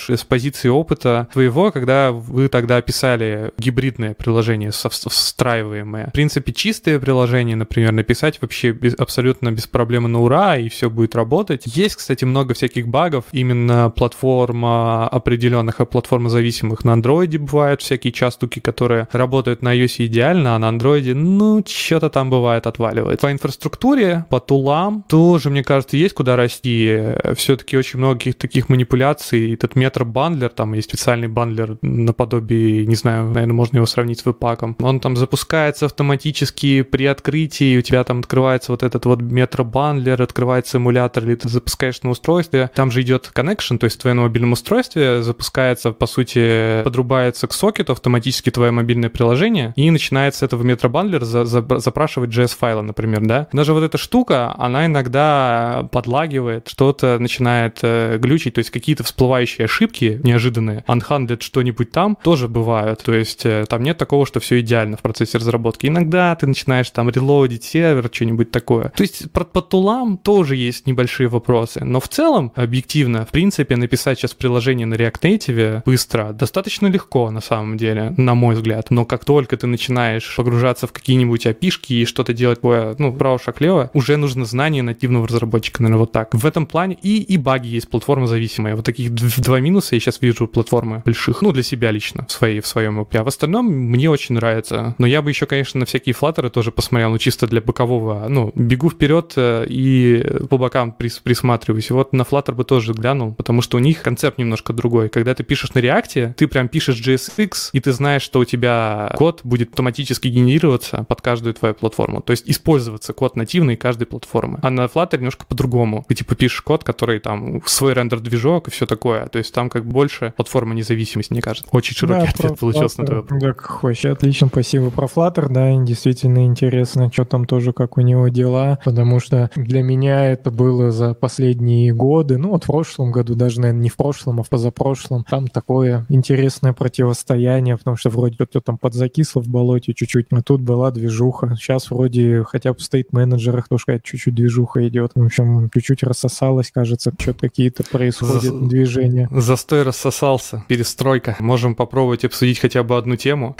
расскажешь с позиции опыта твоего, когда вы тогда писали гибридное приложение, встраиваемое. В принципе, чистое приложение, например, написать вообще без, абсолютно без проблемы на ура, и все будет работать. Есть, кстати, много всяких багов. Именно платформа определенных, а платформа зависимых на андроиде бывают всякие частуки, которые работают на iOS идеально, а на андроиде, ну, что-то там бывает отваливает. По инфраструктуре, по тулам тоже, мне кажется, есть куда расти. Все-таки очень много каких-то таких манипуляций. Этот метро-бандлер, там есть специальный бандлер наподобие, не знаю, наверное, можно его сравнить с веб-паком. Он там запускается автоматически при открытии, у тебя там открывается вот этот вот метро-бандлер, открывается эмулятор, или ты запускаешь на устройстве. Там же идет connection, то есть в твоем мобильном устройстве запускается, по сути, подрубается к сокету автоматически твое мобильное приложение, и начинается с этого метро-бандлера за, за, запрашивать джей эс-файлы, например, да. Даже вот эта штука, она иногда подлагивает, что-то начинает э, глючить, то есть какие-то всплывающие ошибки неожиданные, unhandled что-нибудь там, тоже бывают. То есть э, там нет такого, что все идеально в процессе разработки. Иногда ты начинаешь там релоудить сервер, что-нибудь такое. То есть по, по тулам тоже есть небольшие вопросы, но в целом, объективно, в принципе, написать сейчас приложение на React Native быстро достаточно легко, на самом деле, на мой взгляд. Но как только ты начинаешь погружаться в какие-нибудь эй пи ай-шки и что-то делать, ну, право шаг лево, уже нужно знание нативного разработчика, наверное, вот так. В этом плане и, и баги есть, платформа зависимая. Вот таких два минуса я сейчас вижу платформы больших, ну, для себя лично, в, своей, в своем эй пи ай. А в остальном мне очень нравится. Но я бы еще, конечно, на всякие флаттеры тоже посмотрел, ну, чисто для бокового, ну, бегу вперед и по бокам прис, присматриваюсь. И вот на Flutter бы тоже глянул, потому что у них концепт немножко другой. Когда ты пишешь на React, ты прям пишешь джей эс икс, и ты знаешь, что у тебя код будет автоматически генерироваться под каждую твою платформу. То есть использоваться код нативный каждой платформы. А на Flutter немножко по-другому. Ты типа пишешь код, который там свой рендер-движок и все такое. То есть там как больше платформа независимости, мне кажется. Очень широкий да, ответ получился Flutter, на твой вопрос. Да, как хочешь. Отлично, спасибо про Flutter. Да, действительно интересно, что там тоже, как у него дела. Потому что для меня это было за последние годы, ну вот в прошлом году, даже, наверное, не в прошлом, а в позапрошлом, там такое интересное противостояние, потому что вроде кто-то там подзакисло в болоте чуть-чуть, а тут была движуха. Сейчас вроде хотя бы в стейт-менеджерах тоже какая-то чуть-чуть движуха идет. В общем, чуть-чуть рассосалось, кажется, что-то какие-то происходят За... движения. Застой рассосался, перестройка. Можем попробовать обсудить хотя бы одну тему.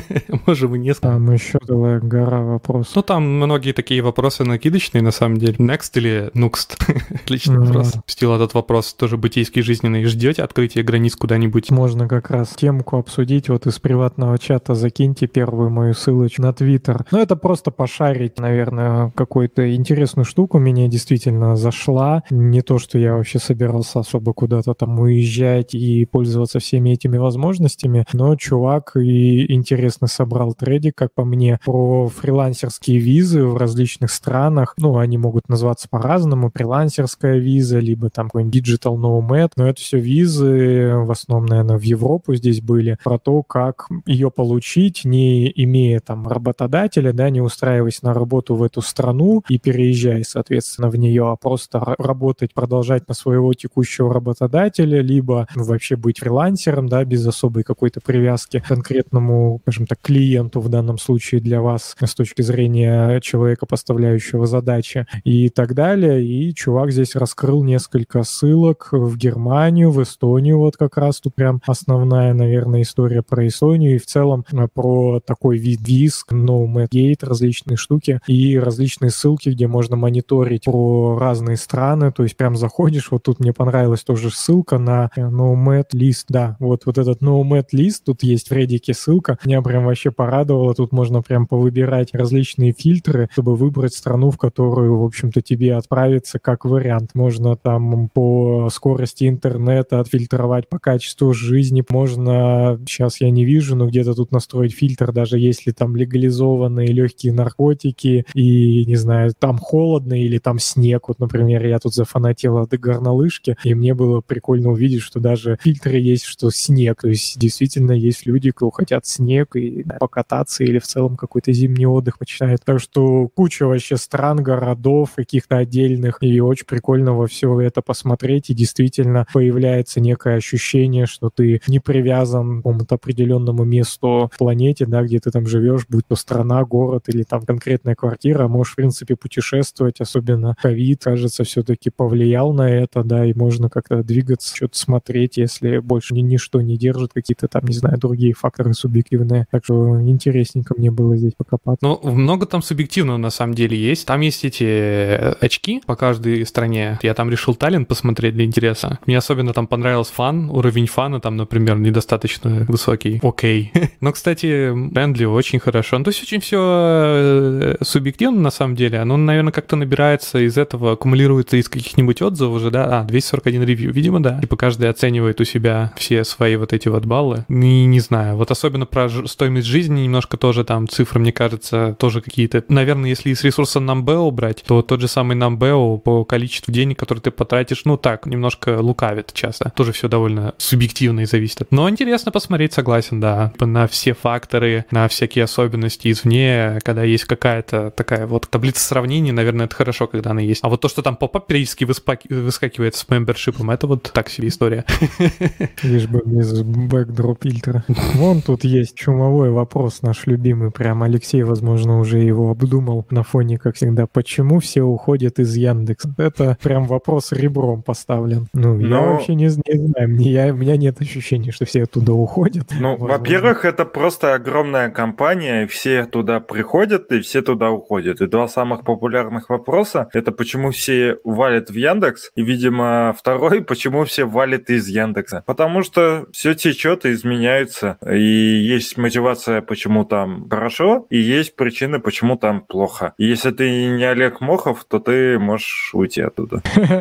Можем и несколько. Там еще целая гора вопросов. Ну, там многие такие вопросы накидочные, на самом деле. Next или Nuxt? Отличный mm-hmm. вопрос. Пустил этот вопрос, тоже бытейский, жизненный. Ждете открытия границ куда-нибудь? Можно как раз темку обсудить. Вот из приватного чата закиньте первую мою ссылочку на Твиттер. Ну, это просто пошарить, наверное, какую-то интересную штуку. Меня действительно зашла. Не то, что я вообще собирался особо куда-то там уезжать и пользоваться всеми этими возможностями, но чувак и интересно собрал трейдик, как по мне, про фрилансерские визы в различных странах. Ну, они могут называться по-разному. Фрилансерская виза, либо там какой-нибудь Digital Nomad. Но это все визы, в основном, наверное, в Европу здесь были, про то, как ее получить, не имея там работодателя, да, не устраиваясь на работу в эту страну и переезжая, соответственно, в нее, а просто работать, продолжать на своего текущего работодателя, либо вообще быть фрилансером, да, без особой какой-то привязки к конкретному, скажем так, клиенту в данном случае для вас с точки зрения человека, поставляющего задачи и так далее. И чувак здесь раскрыл несколько ссылок в Германию, в Эстонию, вот как раз тут прям основная, наверное, история про Эстонию и в целом про такой вид виз, Nomad Gate, различные штуки и различные ссылки, где можно мониторить про разные страны, то есть прям заходишь, вот тут мне понравилась тоже ссылка на Nomad List, да, вот, вот этот Nomad List, тут есть в Reddit ссылка, меня прям вообще порадовало, тут можно прям повыбирать различные фильтры, чтобы выбрать страну, в которую, в общем-то, тебе отправиться как вариант. Можно там по скорости интернета отфильтровать, по качеству жизни, можно, сейчас я не вижу, но где-то тут настроить фильтр, даже если там легализованные легкие наркотики и, не знаю, там холодно или там снег, вот, например, я тут зафанател от горнолыжки, и мне было прикольно увидеть, что даже фильтры есть, что снег, то есть действительно есть люди, кто хотят снег и да, покататься или в целом какой-то зимний отдых почитают. Так что куча вообще стран, городов, каких-то отдельных, и очень прикольно во все это посмотреть, и действительно появляется некое ощущение, что ты не привязан к какому-то определенному месту в планете, да, где ты там живешь, будь то страна, город или там конкретная квартира, а можешь, в принципе, путешествовать, особенно ковид, кажется, все-таки повлиял на это, да, и можно как-то двигаться, что-то посмотреть, если больше ни, ничто не держит, какие-то там, не знаю, другие факторы субъективные. Так что интересненько мне было здесь покопаться. Ну, много там субъективного на самом деле есть. Там есть эти очки по каждой стране. Я там решил талент посмотреть для интереса. Мне особенно там понравился фан, уровень фана там, например, недостаточно высокий. Окей. Но, кстати, френдли очень хорошо. Ну, то есть очень все субъективно на самом деле. Оно, наверное, как-то набирается из этого, аккумулируется из каких-нибудь отзывов уже, да? А, двести сорок один ревью. Видимо, да. Типа каждый оценивает у себя все свои вот эти вот баллы. И не знаю. Вот особенно про ж- стоимость жизни немножко тоже там цифры, мне кажется, тоже какие-то... Наверное, если из ресурса Numbeo брать, то тот же самый Numbeo по количеству денег, которые ты потратишь, ну так, немножко лукавит часто. Тоже все довольно субъективно и зависит. Но интересно посмотреть, согласен, да. На все факторы, на всякие особенности извне, когда есть какая-то такая вот таблица сравнений, наверное, это хорошо, когда она есть. А вот то, что там поп-ап периодически выспаки... выскакивает с мембершипом, это вот так себе история. Лишь бы без бэкдроп фильтра. Вон тут есть чумовой вопрос наш любимый. Прям Алексей, возможно, уже его обдумал на фоне, как всегда. Почему все уходят из Яндекса? Это прям вопрос ребром поставлен. Ну, Но... я вообще не, не знаю. Мне, я, у меня нет ощущения, что все оттуда уходят. Ну, возможно. Во-первых, это просто огромная компания, и все туда приходят, и все туда уходят. И два самых популярных вопроса — это почему все валят в Яндекс, и, видимо, второй — почему все валят из Яндекса. Потому что все течет и изменяется, и есть мотивация, почему там хорошо, и есть причины, почему там плохо. И если ты не Олег Мохов, то ты можешь уйти оттуда.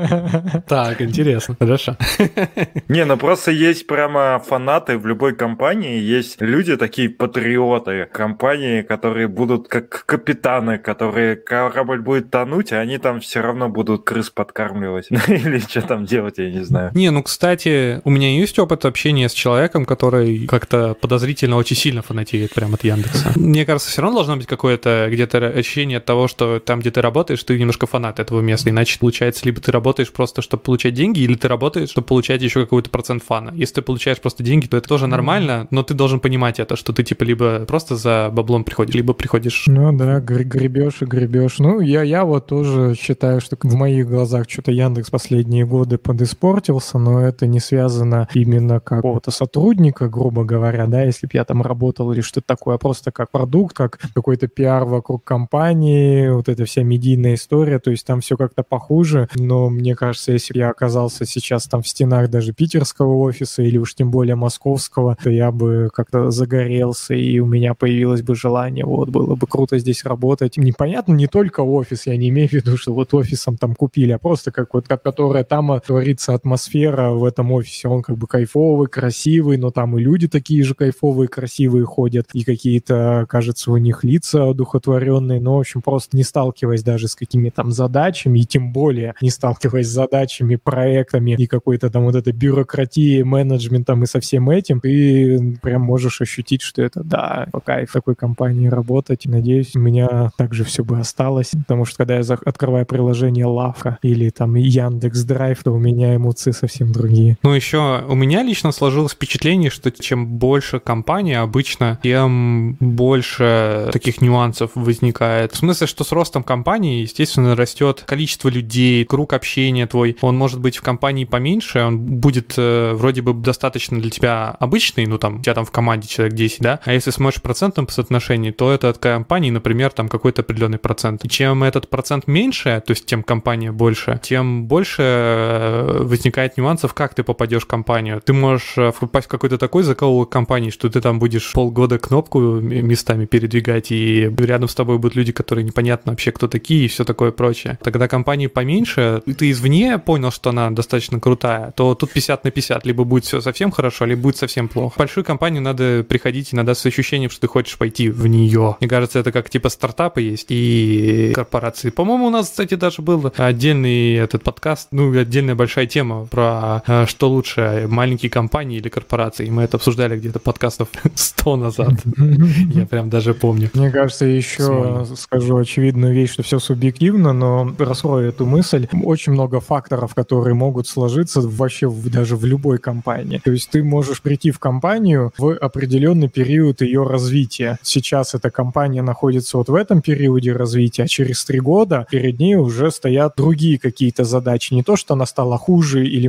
Так, интересно. Хорошо. Не, ну просто есть прямо фанаты в любой компании, есть люди такие патриоты компании, которые будут как капитаны, которые корабль будет тонуть, а они там все равно будут крыс подкармливать. Или что там делать, я не знаю. Не, ну, кстати, у меня есть опыт общения с человеком, который как-то подозрительно очень сильно фанатеет прямо от Яндекса. Мне кажется, все равно должно быть какое-то где-то ощущение от того, что там, где ты работаешь, ты немножко фанат этого места. Иначе получается, либо ты работаешь просто, чтобы получать деньги, или ты работаешь, чтобы получать еще какой-то процент фана. Если ты получаешь просто деньги, то это тоже нормально, но ты должен понимать это, что ты типа либо просто за баблом приходишь, либо приходишь... Ну да, гребешь и гребешь. Ну, я, я вот тоже считаю, что в моих глазах что-то Яндекс последние годы подиспортился, но это не связано именно как какого-то сотрудника, грубо говоря, да, если бы я там работал или что-то такое, а просто как продукт, как какой-то пиар вокруг компании, вот эта вся медийная история, то есть там все как-то похуже, но мне кажется, если бы я оказался сейчас там в стенах даже питерского офиса или уж тем более московского, то я бы как-то загорелся, и у меня появилось бы желание, вот, было бы круто здесь работать. Непонятно, не только офис, я не имею в виду, что вот офисом там купили, а просто как вот, как, которая там творится атмосфера в этом офисе, он как бы кайфовый, красивый, но там и люди такие же кайфовые, красивые ходят, и какие-то, кажется, у них лица одухотворенные, но, в общем, просто не сталкиваясь даже с какими-то там задачами, и тем более не сталкиваясь с задачами, проектами и какой-то там вот этой бюрократией, менеджментом и со всем этим, ты прям можешь ощутить, что это, да, по кайфу в такой компании работать. Надеюсь, у меня также все бы осталось, потому что когда я открываю приложение Лавка или там Яндекс.Драйв, то у меня эмоции совсем другие. Ну, еще у меня лично сложилось впечатление, что чем больше компания обычно, тем больше таких нюансов возникает. В смысле, что с ростом компании, естественно, растет количество людей, круг общения твой. Он может быть в компании поменьше, он будет э, вроде бы достаточно для тебя обычный, ну там, у тебя там в команде человек десять, да? А если смотришь процентом по соотношению, то это от компании, например, там какой-то определенный процент. И чем этот процент меньше, то есть тем компания больше, тем больше возникает нюансов, как ты попадешь в компанию. Ты можешь попасть в какой-то такой закоулок компании, что ты там будешь полгода кнопку местами передвигать, и рядом с тобой будут люди, которые непонятно вообще кто такие, и все такое прочее. Тогда компании поменьше, и ты извне понял, что она достаточно крутая, то тут пятьдесят на пятьдесят. Либо будет все совсем хорошо, либо будет совсем плохо. В большую компанию надо приходить иногда с ощущением, что ты хочешь пойти в нее. Мне кажется, это как типа стартапы есть и корпорации. По-моему, у нас, кстати, даже был отдельный этот подкаст, ну, отдельная большая тема про что лучше, маленькие компании или корпорации. Мы это обсуждали где-то подкастов сто назад. Я прям даже помню. Мне кажется, еще скажу очевидную вещь, что все субъективно, но раскрою эту мысль. Очень много факторов, которые могут сложиться вообще даже в любой компании. То есть ты можешь прийти в компанию в определенный период ее развития. Сейчас эта компания находится вот в этом периоде развития, а через три года перед ней уже стоят другие какие-то задачи. Не то, что она стала хуже или, может быть,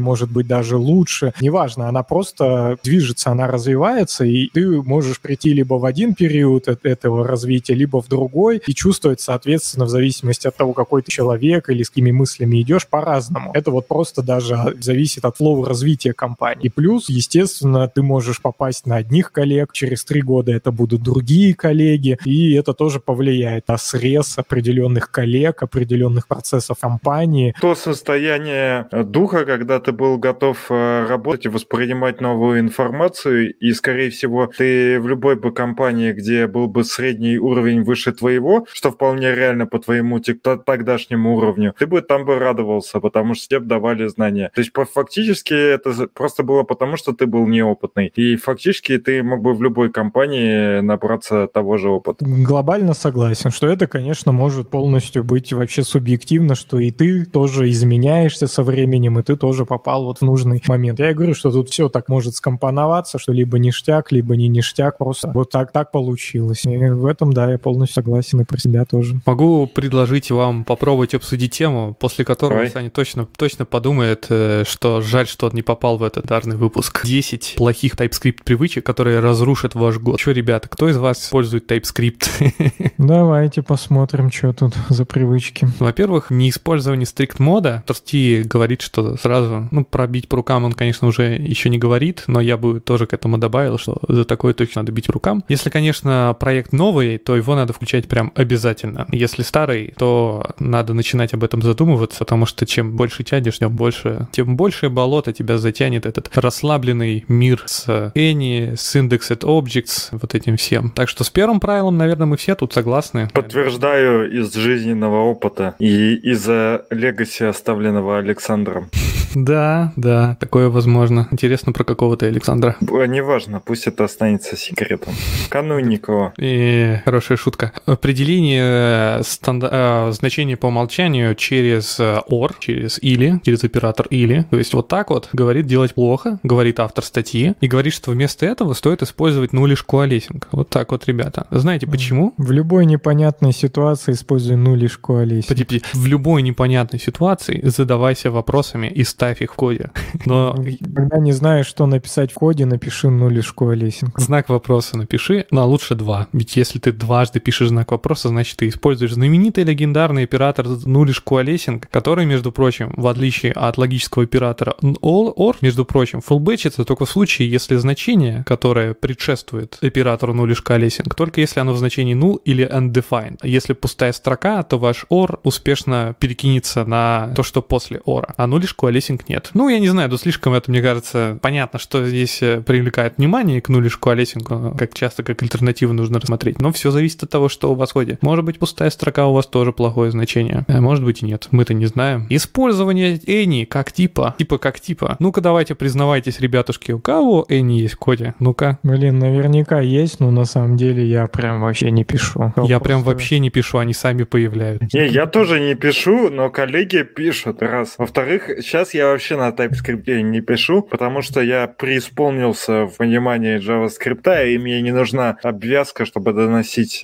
быть даже лучше. Неважно, она просто движется, она развивается, и ты можешь прийти либо в один период этого развития, либо в другой, и чувствовать, соответственно, в зависимости от того, какой ты человек или с какими мыслями идешь, по-разному. Это вот просто даже зависит от флоу развития компании. И плюс, естественно, ты можешь попасть на одних коллег, через три года это будут другие коллеги, и это тоже повлияет на срез определенных коллег, определенных процессов компании. То состояние духа, когда ты был готов работать и воспринимать новую информацию, и, скорее всего, ты в любой бы компании, где был бы средний уровень выше твоего, что вполне реально по твоему тогдашнему уровню, ты бы там бы радовался, потому что тебе давали знания. То есть фактически это просто было потому, что ты был неопытный. И фактически ты мог бы в любой компании набраться того же опыта. Глобально согласен, что это, конечно, может полностью быть вообще субъективно, что и ты тоже изменяешься со временем, и ты тоже попал вот в нужный момент. Я и говорю, что тут все так может скомпоноваться, что либо ништяк, либо не ништяк, просто вот так, так получилось. И в этом, да, я полностью согласен и про себя тоже. Могу предложить вам попробовать обсудить тему, после которой Ой. Саня точно, точно подумает, что жаль, что он не попал в этот дарный выпуск. десять плохих TypeScript привычек, которые разрушат ваш год. Че, ребята, кто из вас использует TypeScript? Давайте посмотрим, что тут за привычки. Во-первых, неиспользование стрикт-мода. Торсти говорит, что сразу, ну, пробить по рукам он, конечно, уже еще не говорит, но я бы тоже к этому добавил, что за такое точно надо бить по рукам. Если, конечно, проект новый, то его надо включать прям обязательно. Если старый, то надо начинать об этом задумываться, потому что чем больше тянешь, тем больше, тем больше болото тебя затянет этот расслабленный мир с Any, с Indexed Objects, вот этим всем. Так что с первым правилом, наверное, мы все тут согласны. Подтверждаю из жизненного опыта и из-за легаси, оставленного Александром. Да, да, такое возможно. Интересно, про какого-то Александра. Неважно, пусть это останется секретом. Канунникова. И хорошая шутка. Определение станда... значения по умолчанию через or, через или, через оператор или. То есть вот так вот говорит делать плохо, говорит автор статьи, и говорит, что вместо этого стоит использовать нулиш коалесинг. Вот так вот, ребята. Знаете почему? В любой непонятной ситуации используй нулиш коалесинг. Подожди, подожди. В любой непонятной ситуации задавайся вопросами и ставь их в коде. Но... Когда не знаешь, что написать в коде, напиши нулиш коалесинг. Знак вопроса напиши, но лучше два. Ведь если ты дважды пишешь знак вопроса, значит, ты используешь знаменитый легендарный оператор нулиш коалесинг, который, между прочим, в отличие от логического оператора all, or, между прочим, фуллбэчится только в случае, если значение, которое предшествует оператору нулиш коалесинг, только если оно в значении null или undefined. А если пустая строка, то ваш or успешно перекинется на то, что после or. А нулиш коалесинг нет. Ну, я не знаю, тут слишком это, мне кажется, понятно, что здесь привлекает внимание к нулиш коалесингу, как часто как альтернативу нужно рассмотреть. Но все зависит от того, что у вас в коде. Может быть, пустая строка у вас тоже плохое значение. А может быть и нет. Мы-то не знаем. Использование any как типа. Типа как типа. Ну-ка, давайте признавайтесь, ребятушки, у кого any есть в коде? Ну-ка. Блин, наверняка есть, но на самом деле я прям вообще не пишу. Я прям вообще не пишу, они сами появляются. Не, я тоже не пишу, но коллеги пишут, раз. Во-вторых, сейчас я вообще на TypeScript не пишу, потому что я преисполнился в понимании JavaScript, и мне не нужна обвязка, чтобы доносить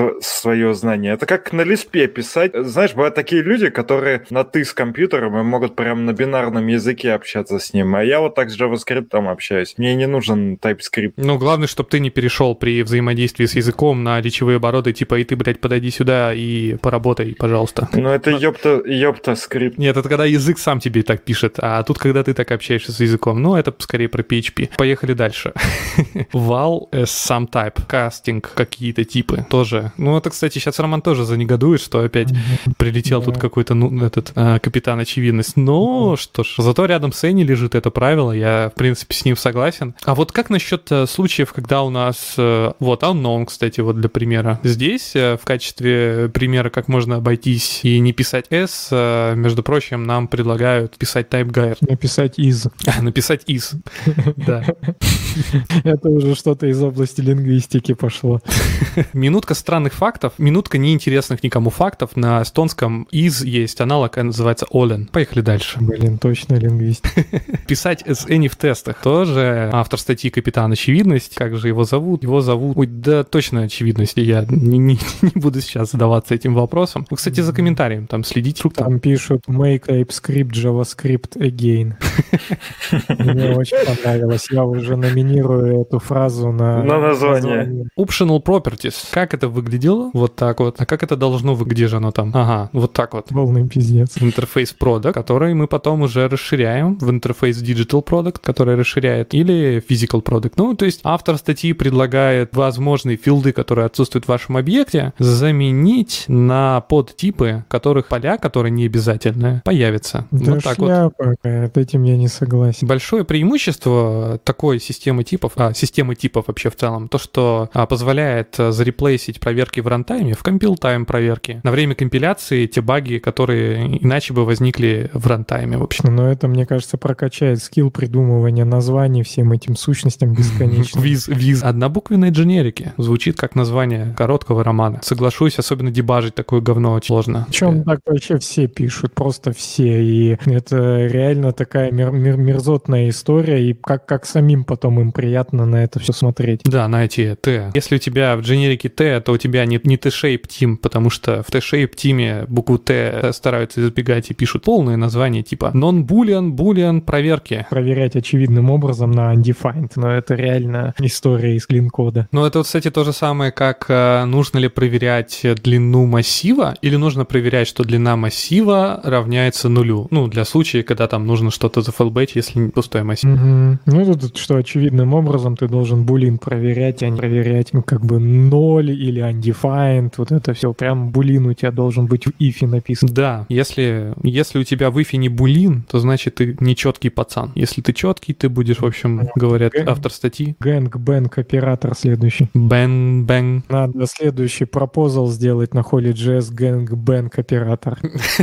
свое знание. Это как на Лиспе писать. Знаешь, бывают такие люди, которые на «ты» с компьютером и могут прям на бинарном языке общаться с ним, а я вот так с JavaScript общаюсь. Мне не нужен TypeScript. Ну, главное, чтобы ты не перешел при взаимодействии с языком на речевые обороты, типа, и ты, блядь, подойди сюда и поработай, пожалуйста. Ну, это ёпта, ёпта скрипт. Нет, это когда язык сам тебе так пишет, а тут, когда ты так общаешься с языком, ну, это скорее про пи эйч пи. Поехали дальше. Val as some type. Кастинг, какие-то типы тоже. Ну, это, кстати, сейчас Роман тоже занегодует, что опять прилетел тут какой-то, ну, этот, капитан очевидность. Но, что ж, зато рядом с Энни лежит это правило, я, в принципе, с ним согласен. А вот как насчет случаев, когда у нас, вот, unknown, кстати, вот для примера. Здесь в качестве примера, как можно обойтись и не писать s, между прочим, нам предлагают писать type-guide. Написать is. Написать is, да. Это уже что-то из области лингвистики пошло. Минутка странных фактов, минутка неинтересных никому фактов. На эстонском is есть аналог, называется olen. Поехали дальше. Блин, точно лингвистика. Писать as any в тестах. Тоже автор статьи «Капитан Очевидность». Как же его зовут? Его зовут... Ой, да точно очевидность. Я не, не, не буду сейчас задаваться этим вопросом. Вы, кстати, за комментарием там следите. Там пишут make TypeScript JavaScript again. Мне очень понравилось. Я уже номинирую эту фразу на, на название. Optional Properties. Как это выглядело? Вот так вот. А как это должно выглядеть? Где же оно там? Ага, вот так вот. Полный пиздец. Интерфейс Product, который мы потом уже расширяем в интерфейс Digital Product, который расширяет, или Physical Product. Ну, то есть автор статьи предлагает возможные филды, которые отсутствуют в вашем объекте, заменить на подтипы, которых поля, которые не обязательны, появятся. Да вот так шляпа вот. какая, с этим я не согласен. Большое преимущество такой системы типов, а, системы типов вообще в целом, то, что а, позволяет зареплейсить проверки в рантайме, в компил-тайм проверки, на время компиляции те баги, которые иначе бы возникли в рантайме, в общем. Но это, мне кажется, прокачает скилл придумывания названий всем этим сущностям бесконечно. Виз, виз. Однобуквенные дженерики. Звучит как название короткого романа. Соглашусь, особенно дебажить такое говно очень сложно. Причем так вообще все пишут, просто все. И это реально такая мер- мер- мерзотная история, и как, как самим потом им приятно на это все смотреть. Да, на эти Т. Если у тебя в дженерике Т, то у тебя не, не T-shape team, потому что в T-shape теаме букву Т стараются избегать и пишут полное название типа non-boolean, boolean проверки. Проверять очевидным образом на undefined, но это реально история из клин-кода. Ну, это, кстати, то же самое, как э, нужно ли проверять длину массива, или нужно проверять, что длина массива равняется нулю. Ну, для случая, когда там нужно что-то зафэлбэтить, если не пустой массив. Угу. Ну, тут что очевидным образом ты должен булин проверять, а не проверять, ну, как бы ноль или undefined, вот это все. Прям булин у тебя должен быть в ифе написан. Да, если, если у тебя в ифе не булин, то значит ты нечеткий пацан. Если ты четкий, ты будешь, в общем, говорят Гэнг. автор статьи. Гэнг-бэнг оператор следующий. Бэн-бэнг. Надо следующий пропозал сделать на Holy.js гэнг-бэнг оператор.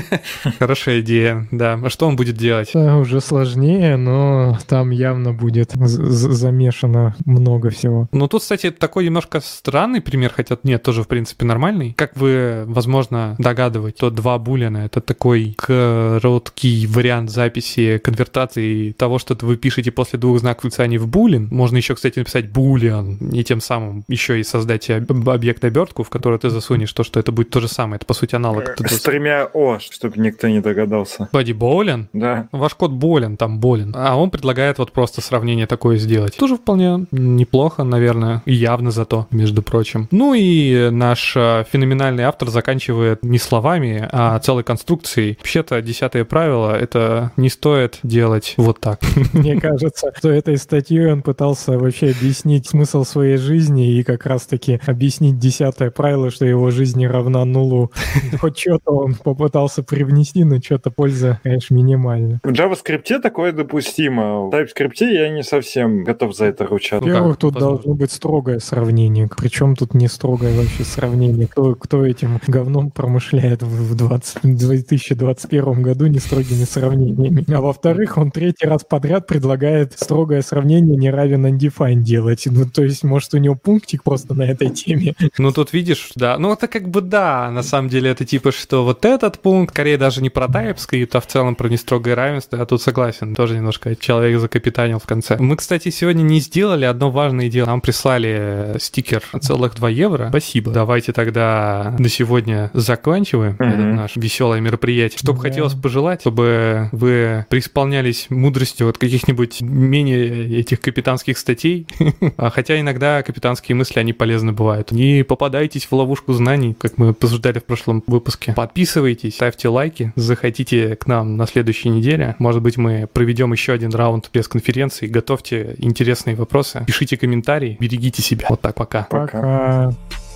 Хорошая идея, да. А что он будет делать? Это уже сложнее, но там явно будет з- замешано много всего. Ну, тут, кстати, такой немножко странный пример, хотя нет, тоже, в принципе, нормальный. Как вы, возможно, догадываетесь, то два буллина — это такой короткий вариант записи конвертации того, что вы пишете после двух знаков восклицания в буллин. Можно еще, кстати, написать буллиан, и тем самым еще и создать об- объект-обертку, в который ты засунешь то, что это будет то же самое. Это, по сути, аналог. С тремя «о», чтобы никто не догадался. Body Boolean? Да. Ваш код болен, там болен. А он предлагает вот просто сравнение такое сделать. Тоже вполне неплохо, наверное, и явно зато, между прочим. Ну и наш э, феноменальный автор заканчивает не словами, а целой конструкцией. Вообще-то десятое правило — это не стоит делать вот так. Мне кажется, что этой статьей он пытался вообще объяснить смысл своей жизни и как раз-таки объяснить десятое правило, что его жизнь не равна нулу. Хоть что-то он попытался привнести, но что-то польза, конечно, минимальна. В JavaScript такое допустимо. В TypeScript я не совсем готов за это ручаться. Во-первых, тут Возможно. должно быть строгое сравнение. Причем тут не строгое вообще сравнение. Кто, кто этим говном промышляет в двадцать, две тысячи двадцать первом году не строгими сравнениями. А во-вторых, он третий раз подряд предлагает строгое сравнение не равен undefined делать. Ну, то есть, может, у него пунктик просто на этой теме. Ну, тут видишь, да. Ну, это как бы да, на самом деле это типа, что вот этот пункт, скорее даже не про TypeScript, а в целом про нестрогое равенство. Я тут согласен. Тоже немножко человек закапитанил в конце. Мы, кстати, сегодня не сделали одно важное дело. Нам прислали стикер целых два евро. Спасибо. Давайте тогда на сегодня заканчиваем Мгм. это наше веселое мероприятие. Что бы Да. хотелось пожелать, чтобы вы преисполнялись мудростью от каких-нибудь менее этих капитанских статей. А хотя иногда капитанские мысли, они полезны бывают. Не попадайтесь в ловушку знаний, как мы обсуждали в прошлом выпуске. Подписывайтесь, ставьте лайки, заходите к нам на следующей неделе. Может быть, мы проведем еще один раунд пресс-конференции. Готовьте интересные вопросы, пишите комментарии, берегите себя. Вот так, пока. Пока. Пока.